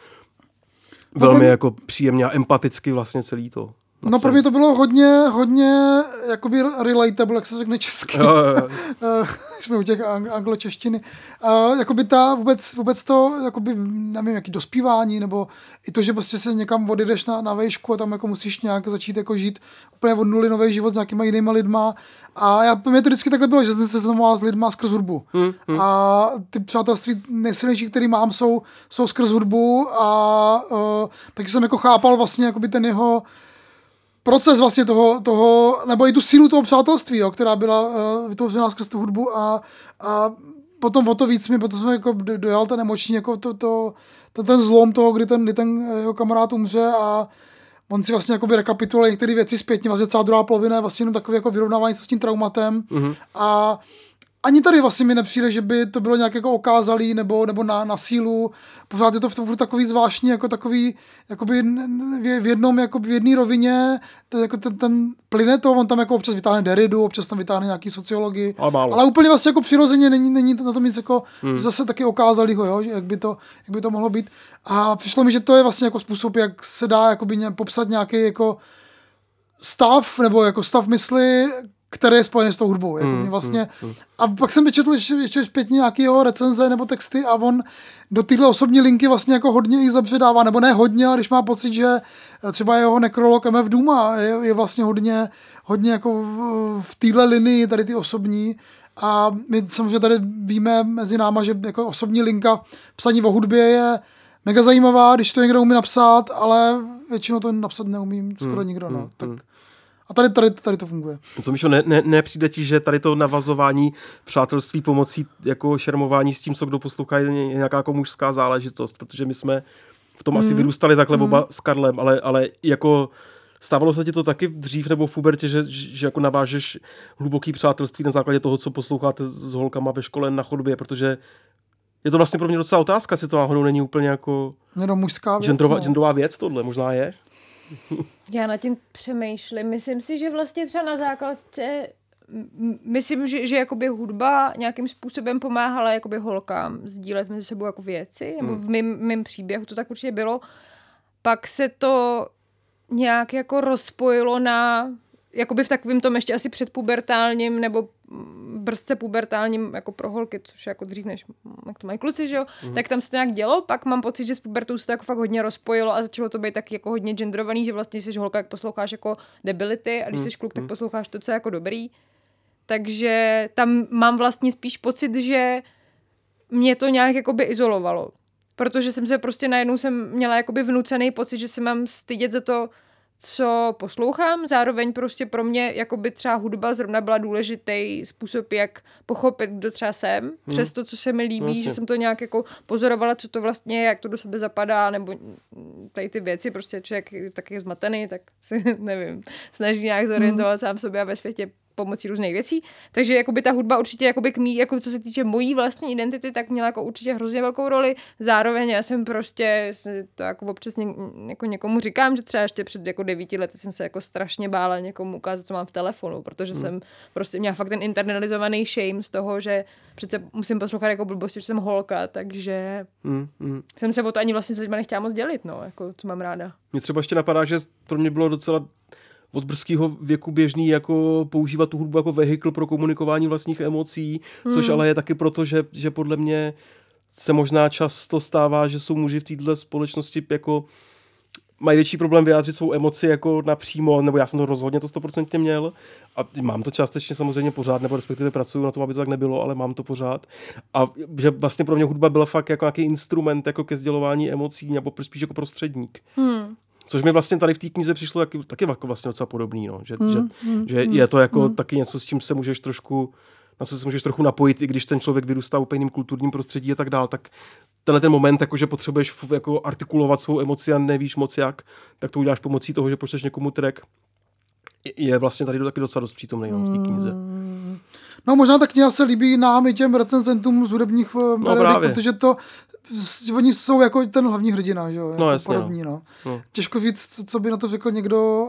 velmi jako příjemně a empaticky vlastně celý to. No pro mě to bylo hodně jakoby relatable, jak se řekne česky. Jsme u těch angločeštiny. Jakoby vůbec to, jakoby, nevím, jaký dospívání, nebo i to, že prostě se někam odjedeš na vejšku a tam jako musíš nějak začít jako žít úplně od nuly nový život s nějakýma jinýma lidma. A mě to vždycky takhle bylo, že jsem se znamenal s lidma skrz hudbu. A ty přátelství nejsilnější, který mám, jsou skrz hudbu a taky jsem jako chápal vlastně jakoby ten jeho proces vlastně toho, nebo i tu sílu toho přátelství, jo, která byla vytvořená skrz tu hudbu a potom o to víc potom jsem jako dojal ten emoční, jako ten zlom toho, kdy ten jeho kamarád umře a on si vlastně jakoby rekapituluje některé věci zpětně, vlastně celá druhá polovina je vlastně jenom takový jako vyrovnávání se s tím traumatem a ani tady vlastně mi nepřijde, že by to bylo nějak jako okázalý nebo na sílu. Pořád je to v takový zvláštní, jako takový, jakoby v jedné rovině, jako ten plyne to, on tam jako občas vytáhne Derridu, občas tam vytáhne nějaký sociologii, ale úplně vlastně jako přirozeně není na tom nic jako zase taky okázalýho, jo, že jak by to mohlo být. A přišlo mi, že to je vlastně jako způsob, jak se dá jakoby popsat nějaký jako stav, nebo jako stav mysli, který je spojený s tou hudbou. Vlastně. A pak jsem vyčetl ještě zpětně nějaký jeho recenze nebo texty a on do téhle osobní linky vlastně jako hodně i zabředává, nebo ne hodně, ale když má pocit, že třeba jeho nekrolog MF Dooma je vlastně hodně jako v téhle linii tady ty osobní. A my samozřejmě tady víme mezi náma, že jako osobní linka psaní o hudbě je mega zajímavá, když to někdo umí napsat, ale většinou to napsat neumí skoro nikdo. No. Tak a tady to funguje. Co, Míšo, nepřijde ti, že tady to navazování přátelství pomocí jako šermování s tím, co kdo poslouchá, je nějaká jako mužská záležitost, protože my jsme v tom asi vyrůstali takhle oba s Karlem, ale jako stávalo se ti to taky dřív nebo v pubertě, že jako navážeš hluboký přátelství na základě toho, co posloucháte s holkama ve škole na chodbě, protože je to vlastně pro mě docela otázka, jestli to náhodou není úplně jako mužská věc, genderová věc tohle, možná je. Já nad tím přemýšlím. Myslím si, že vlastně třeba na základce myslím, že jakoby hudba nějakým způsobem pomáhala jakoby holkám sdílet mezi sebou jako věci, nebo v mém příběhu to tak určitě bylo. Pak se to nějak jako rozpojilo na jakoby v takovým tom ještě asi předpubertálním nebo brzce pubertálním jako pro holky, což je jako dřív než jak to mají kluci, že jo, tak tam se to nějak dělo, pak mám pocit, že s pubertou se to jako fakt hodně rozpojilo a začalo to být taky jako hodně genderovaný, že vlastně jsi holka, jak posloucháš jako debility a když jsi kluk, tak posloucháš to, co je jako dobrý. Takže tam mám vlastně spíš pocit, že mě to nějak jakoby izolovalo. Protože jsem se prostě najednou měla jakoby vnucený pocit, že se mám stydět za to, co poslouchám, zároveň prostě pro mě jakoby třeba hudba zrovna byla důležitý způsob, jak pochopit, kdo třeba jsem, přes to, co se mi líbí, vlastně. Že jsem to nějak jako pozorovala, co to vlastně je, jak to do sebe zapadá, nebo tady ty věci, prostě člověk taky je zmatený, tak si, nevím, snaží nějak zorientovat sám sobě a ve světě pomocí různých věcí. Takže jakoby ta hudba určitě jakoby k mý, jako co se týče mojí vlastní identity, tak měla jako určitě hrozně velkou roli. Zároveň já jsem prostě, to jako občas jako někomu říkám, že třeba ještě před jako 9 lety jsem se jako strašně bála někomu ukázat, co mám v telefonu, protože jsem prostě měla fakt ten internalizovaný shame z toho, že přece musím poslouchat jako blbosti, že jsem holka, takže jsem se o to ani vlastně s lidma nechtěla moc dělit, no, jako co mám ráda. Mě třeba ještě napadá, že pro mě bylo docela od brzkého věku běžný jako používat tu hudbu jako vehikl pro komunikování vlastních emocí, což ale je taky proto, že podle mě se možná často stává, že jsou muži v této společnosti jako mají větší problém vyjádřit svou emoci jako napřímo, nebo já jsem to rozhodně to 100% měl a mám to částečně samozřejmě pořád, nebo respektive pracuju na tom, aby to tak nebylo, ale mám to pořád. A že vlastně pro mě hudba byla fakt jako nějaký instrument jako ke sdělování emocí, nebo spíš jako prostředník. Což mi vlastně tady v té knize přišlo taky vlastně docela podobný, no. Že je to jako taky něco, s čím se můžeš trošku, na co se můžeš trochu napojit, i když ten člověk vyrůstá v úplně jiným kulturním prostředí a tak dál, tak tenhle ten moment, jako, že potřebuješ jako artikulovat svou emoci a nevíš moc jak, tak to uděláš pomocí toho, že pošleš někomu track, je vlastně tady taky docela dost přítomný, no, v té knize. No možná ta kniha se líbí nám i těm recenzentům z hudebních periodik, protože to oni jsou jako ten hlavní hrdina, že jo? No, jako jasně, podobní, no. Těžko říct, co by na to řekl někdo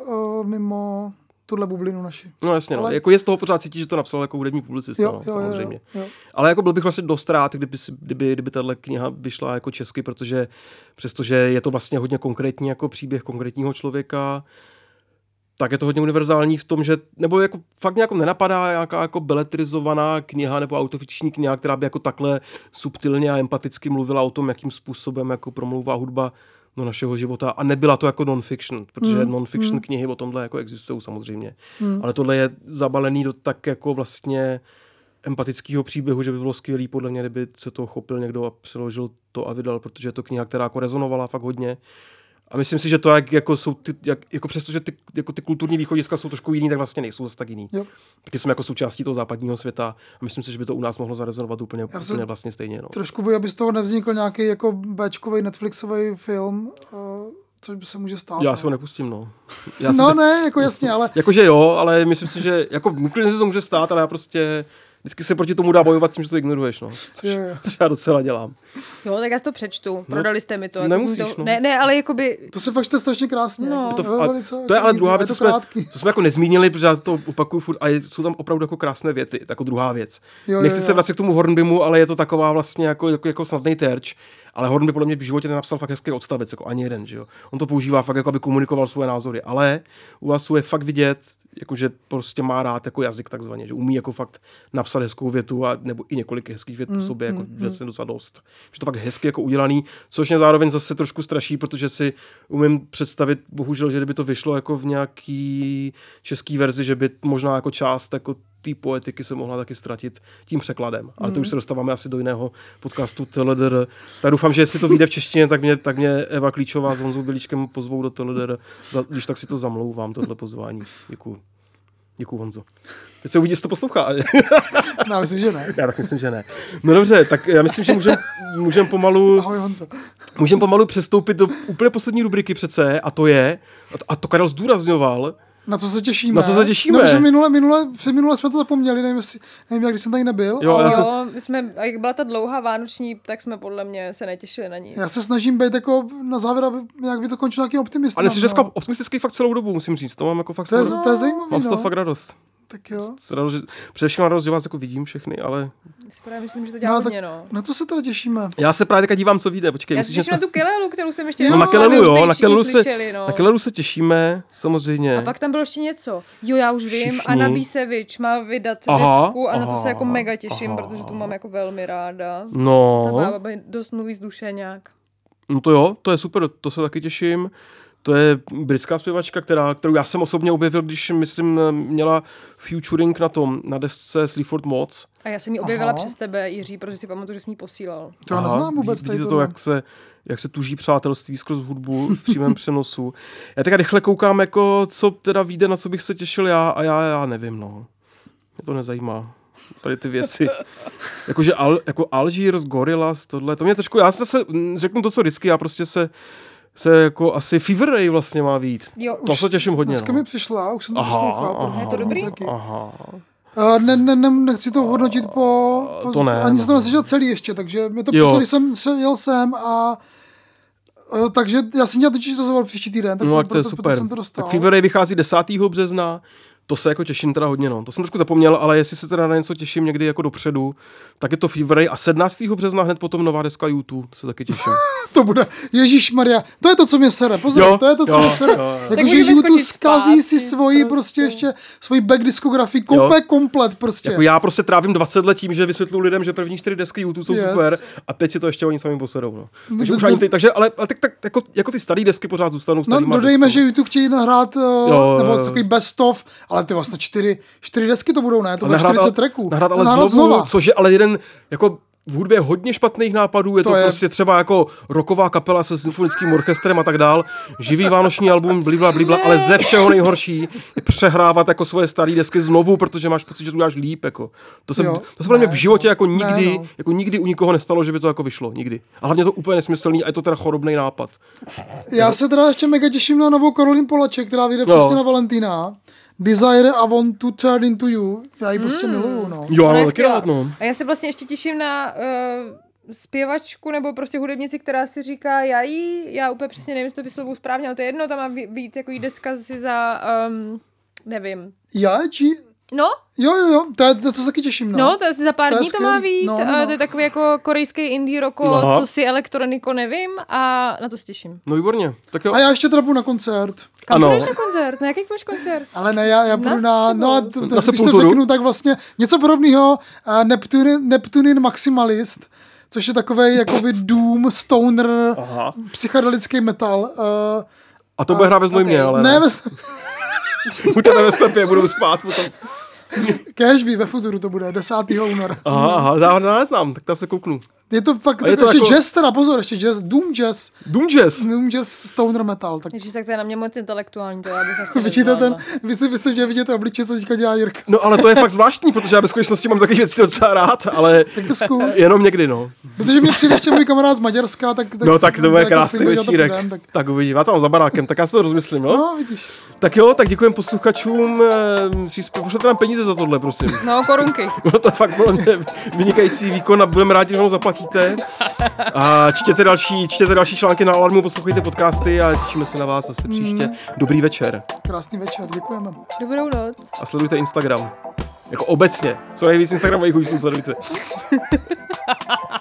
mimo tuhle bublinu naši. No jasně, ale... no. Jako je z toho pořád cítit, že to napsal jako hudební publicista, no, samozřejmě. Jo. Ale jako byl bych vlastně dost rád, kdyby tahle kniha vyšla jako česky, protože přestože je to vlastně hodně konkrétní jako příběh konkrétního člověka, tak je to hodně univerzální v tom, že nebo jako fakt nějak nenapadá nějaká jako beletrizovaná kniha nebo autofikční kniha, která by jako takhle subtilně a empaticky mluvila o tom, jakým způsobem jako promlouvá hudba do našeho života a nebyla to jako non-fiction, protože non-fiction knihy o tomhle jako existují samozřejmě. Ale tohle je zabalený do tak jako vlastně empatického příběhu, že by bylo skvělý podle mě, kdyby se to chopil někdo a přeložil to a vydal, protože je to kniha, která jako rezonovala fakt hodně. A myslím si, že to jako jsou jako přestože ty kulturní východiska jsou trošku jiný, tak vlastně nejsou zase tak jiný. Jo. Taky jsme jako součástí toho západního světa a myslím si, že by to u nás mohlo zarezonovat úplně vlastně stejně. No. Trošku bojí, aby z toho nevznikl nějaký jako béčkový Netflixový film, což by se může stát. Já si ho nepustím, no. Ne, jako jasně, ale... Jakože jo, ale myslím si, že jako se to může stát, ale já prostě vždycky se proti tomu dá bojovat tím, že to ignoruješ, no. Což já docela dělám. Jo, tak já si to přečtu. Prodali jste mi to. Nemusíš, no. Ne, ale jakoby... To se fakt čte strašně krásně. No. To je ale druhá věc, co jsme jako nezmínili, protože já to opakuju furt, a jsou tam opravdu jako krásné věty, jako druhá věc. Nechci se vracet k tomu Hornbymu, ale je to taková vlastně jako snadný terč. Ale Hornby podle mě v životě nenapsal fakt hezký odstavec, jako ani jeden, že jo. On to používá fakt, jako aby komunikoval svoje názory, ale u vás je fakt vidět, jako že prostě má rád jako jazyk takzvaně, že umí jako fakt napsat hezkou větu a nebo i několik hezkých vět po sobě, jako že je docela dost. Že to fakt hezky jako udělaný, což mě zároveň zase trošku straší, protože si umím představit, bohužel, že kdyby to vyšlo jako v nějaký český verzi, že by možná jako část jako té poetiky se mohla taky ztratit tím překladem. Ale to už se dostáváme asi do jiného podcastu TLDR. Tak doufám, že jestli to vyjde v češtině, tak mě Eva Klíčová s Honzou Bělíčkem pozvou do TLDR. Když tak si to zamlouvám, tohle pozvání. Děkuju, Honzo. Teď se uvidí, jestli to poslouchá. No, myslím, že ne. Já tak myslím, že ne. No dobře, tak já myslím, že můžeme pomalu... Ahoj, Honzo. Můžeme pomalu přestoupit do úplně poslední rubriky přece, a to je, a to Karel zdůrazňoval, na co se těšíme? No, že minule jsme to zapomněli, nevím, jak když jsem tady nebyl. My jsme, jak byla ta dlouhá vánoční, tak jsme podle mě se netěšili na ní. Já se snažím být jako na závěr, jak by to končilo nějakým optimistem. Ale jsi dneska optimistický fakt celou dobu, musím říct. To mám jako fakt to je zajímavý, mám z toho fakt radost. Tak jo. Především radost, že vás jako vidím všechny, ale... Já myslím, že to dělá hodně, no. Na co se teda těšíme? Já se právě teďka dívám, co vyjde. Počkej, já se těším na tu Kelelu, kterou jsem ještě na Kelelu se těšíme, samozřejmě. A pak tam bylo ještě něco. Jo, já už vím, Anna Bísevič má vydat desku a na to se jako mega těším, protože tu mám jako velmi ráda. No. Ta bába dost mluví z duše nějak. No to jo, to je super, to se taky těším. To je britská zpěvačka, kterou já jsem osobně objevil, když, myslím, měla featuring na desce Sleaford Mods. A já jsem ji objevila přes tebe, Jiří, protože si pamatuju, že jsi mi posílal. To já neznám vůbec. Vidíte to, jak se tuží přátelství skrz hudbu v přímém přenosu. Já teďka rychle koukám, jako, co teda vyjde, na co bych se těšil já nevím, no. Mě to nezajímá. Tady ty věci. Jakože jako Algiers, Gorillaz, tohle. To mě trošku, já zase řeknu to, co vždycky, já prostě se se jako asi Fever Ray vlastně má vyjít. Jo, To se těším hodně. Dneska mi přišla, už jsem to poslouchal. Je to dobrý? Aha. Nechci to hodnotit To ne, ani jsem to neslyšel celý ještě, takže mě to Jo. přišlo, když jsem jel sem a takže já jsem měl totiž rozhovor příští týden, tak No, tak to je proto super. jsem to dostal. Tak Fever Ray vychází 10. března. To se jako těším teda hodně, no. To jsem trošku zapomněl, ale jestli se teda na něco těším někdy jako dopředu, tak je to Fever Ray a 17. března hned potom nová deska YouTube, to se taky těším. To bude, Ježišmarja, to je to, co mě sere, pozor, Jo, to je to, co jo, mě sere. jo. Tak Jakože můžeme YouTube skočit zkazí si zpátky, svoji prostě. prostě ještě, svoji back diskografii, kope komplet prostě. Jako já prostě trávím 20 let tím, že vysvětluji lidem, že první 4 desky YouTube jsou Yes. super a teď si to ještě oni sami posedou, no. Takže No, už ani ty, takže, ale tak jako ty staré desky pořád zůstanou No, starýma dodejme, deskama. že YouTube chtějí nahrát, jo, nebo jo. takový best of, ale ty vlastně 4 desky to budou, ne? To bude nahrát 40 tracků. Nahrát ale Nahrát znovu, což je ale jeden jako v hudbě hodně špatných nápadů, je to prostě třeba jako rocková kapela se symfonickým orchestrem a tak dál, živý vánoční album, blibla, ale ze všeho nejhorší je přehrávat jako svoje staré desky znovu, protože máš pocit, že to uděláš líp, jako. To se podle mě v životě jako nikdy, jako nikdy u nikoho nestalo, že by to jako vyšlo, nikdy. A hlavně to úplně nesmyslný a je to teda chorobný nápad. Já se teda ještě mega těším na novou Caroline Polachek, která vyjde přesně na Valentína. Desire a Want to Turn Into You. Já ji prostě miluju, no. Jo, Ona je ale taky skvělá. rád, no. A já se vlastně ještě těším na zpěvačku nebo prostě hudebnici, která si říká já úplně přesně nevím, jestli to vyslovuju správně, ale to je jedno, tam má vyjít jako jí deska si za, nevím. No, jo, to se taky těším, no. No, to je za pár To je dní to má skvělý. vyjít, No. to je takový jako korejský indie rocko, Aha. co si elektroniko nevím a na to se těším. No výborně. Tak jo. A já ještě teda půjdu na koncert. Kam Ano. budeš na koncert? Na jaký budeš koncert? Ale ne, já půjdu Na no a Sepulturu. když to Sepulturu. řeknu, tak vlastně něco podobného, Neptunin Maximalist, což je takovej jakoby doom, stoner, psychedelický metal. A to bude hrát ve Znojmě, ale Ne, u tebe ve sklepě, budou spát potom. Cashby ve Futuru to bude, 10. února. Aha, já neznám, tak ta se kouknu. Je to fakt, je to ještě jako- jazz teda, pozor, ještě jazz, doom jazz, stoner metal. Tak Ježiš, tak to je na mě moc intelektuální, to já bych asi vidíte nezvládla. vy jste měli vidět obličej, co teďka dělá Jirka. No ale to je fakt zvláštní, protože já ve skutečnosti mám takových věcí docela rád, ale Tak to zkus. jenom někdy, no. Protože mě přijde ještě můj kamarád z Maďarska, tak No tak to bude jako krásný si udělat večírek. problém, Tak uvidím, já tam za barákem, tak já si to rozmyslím, no. No, vidíš. Tak jo, tak děkujem posluchačům, pošlete nám peníze za tohle, prosím. No, korunky. No to fakt bylo vynikající výkon a budeme rádi, že nám zaplatíte. A čtěte další články na Alarmu, poslouchejte podcasty a těšíme se na vás zase příště. Dobrý večer. Krásný večer, děkujeme. Dobrou noc. A sledujte Instagram. Jako obecně. Co nejvíc Instagramových účtů sledujte.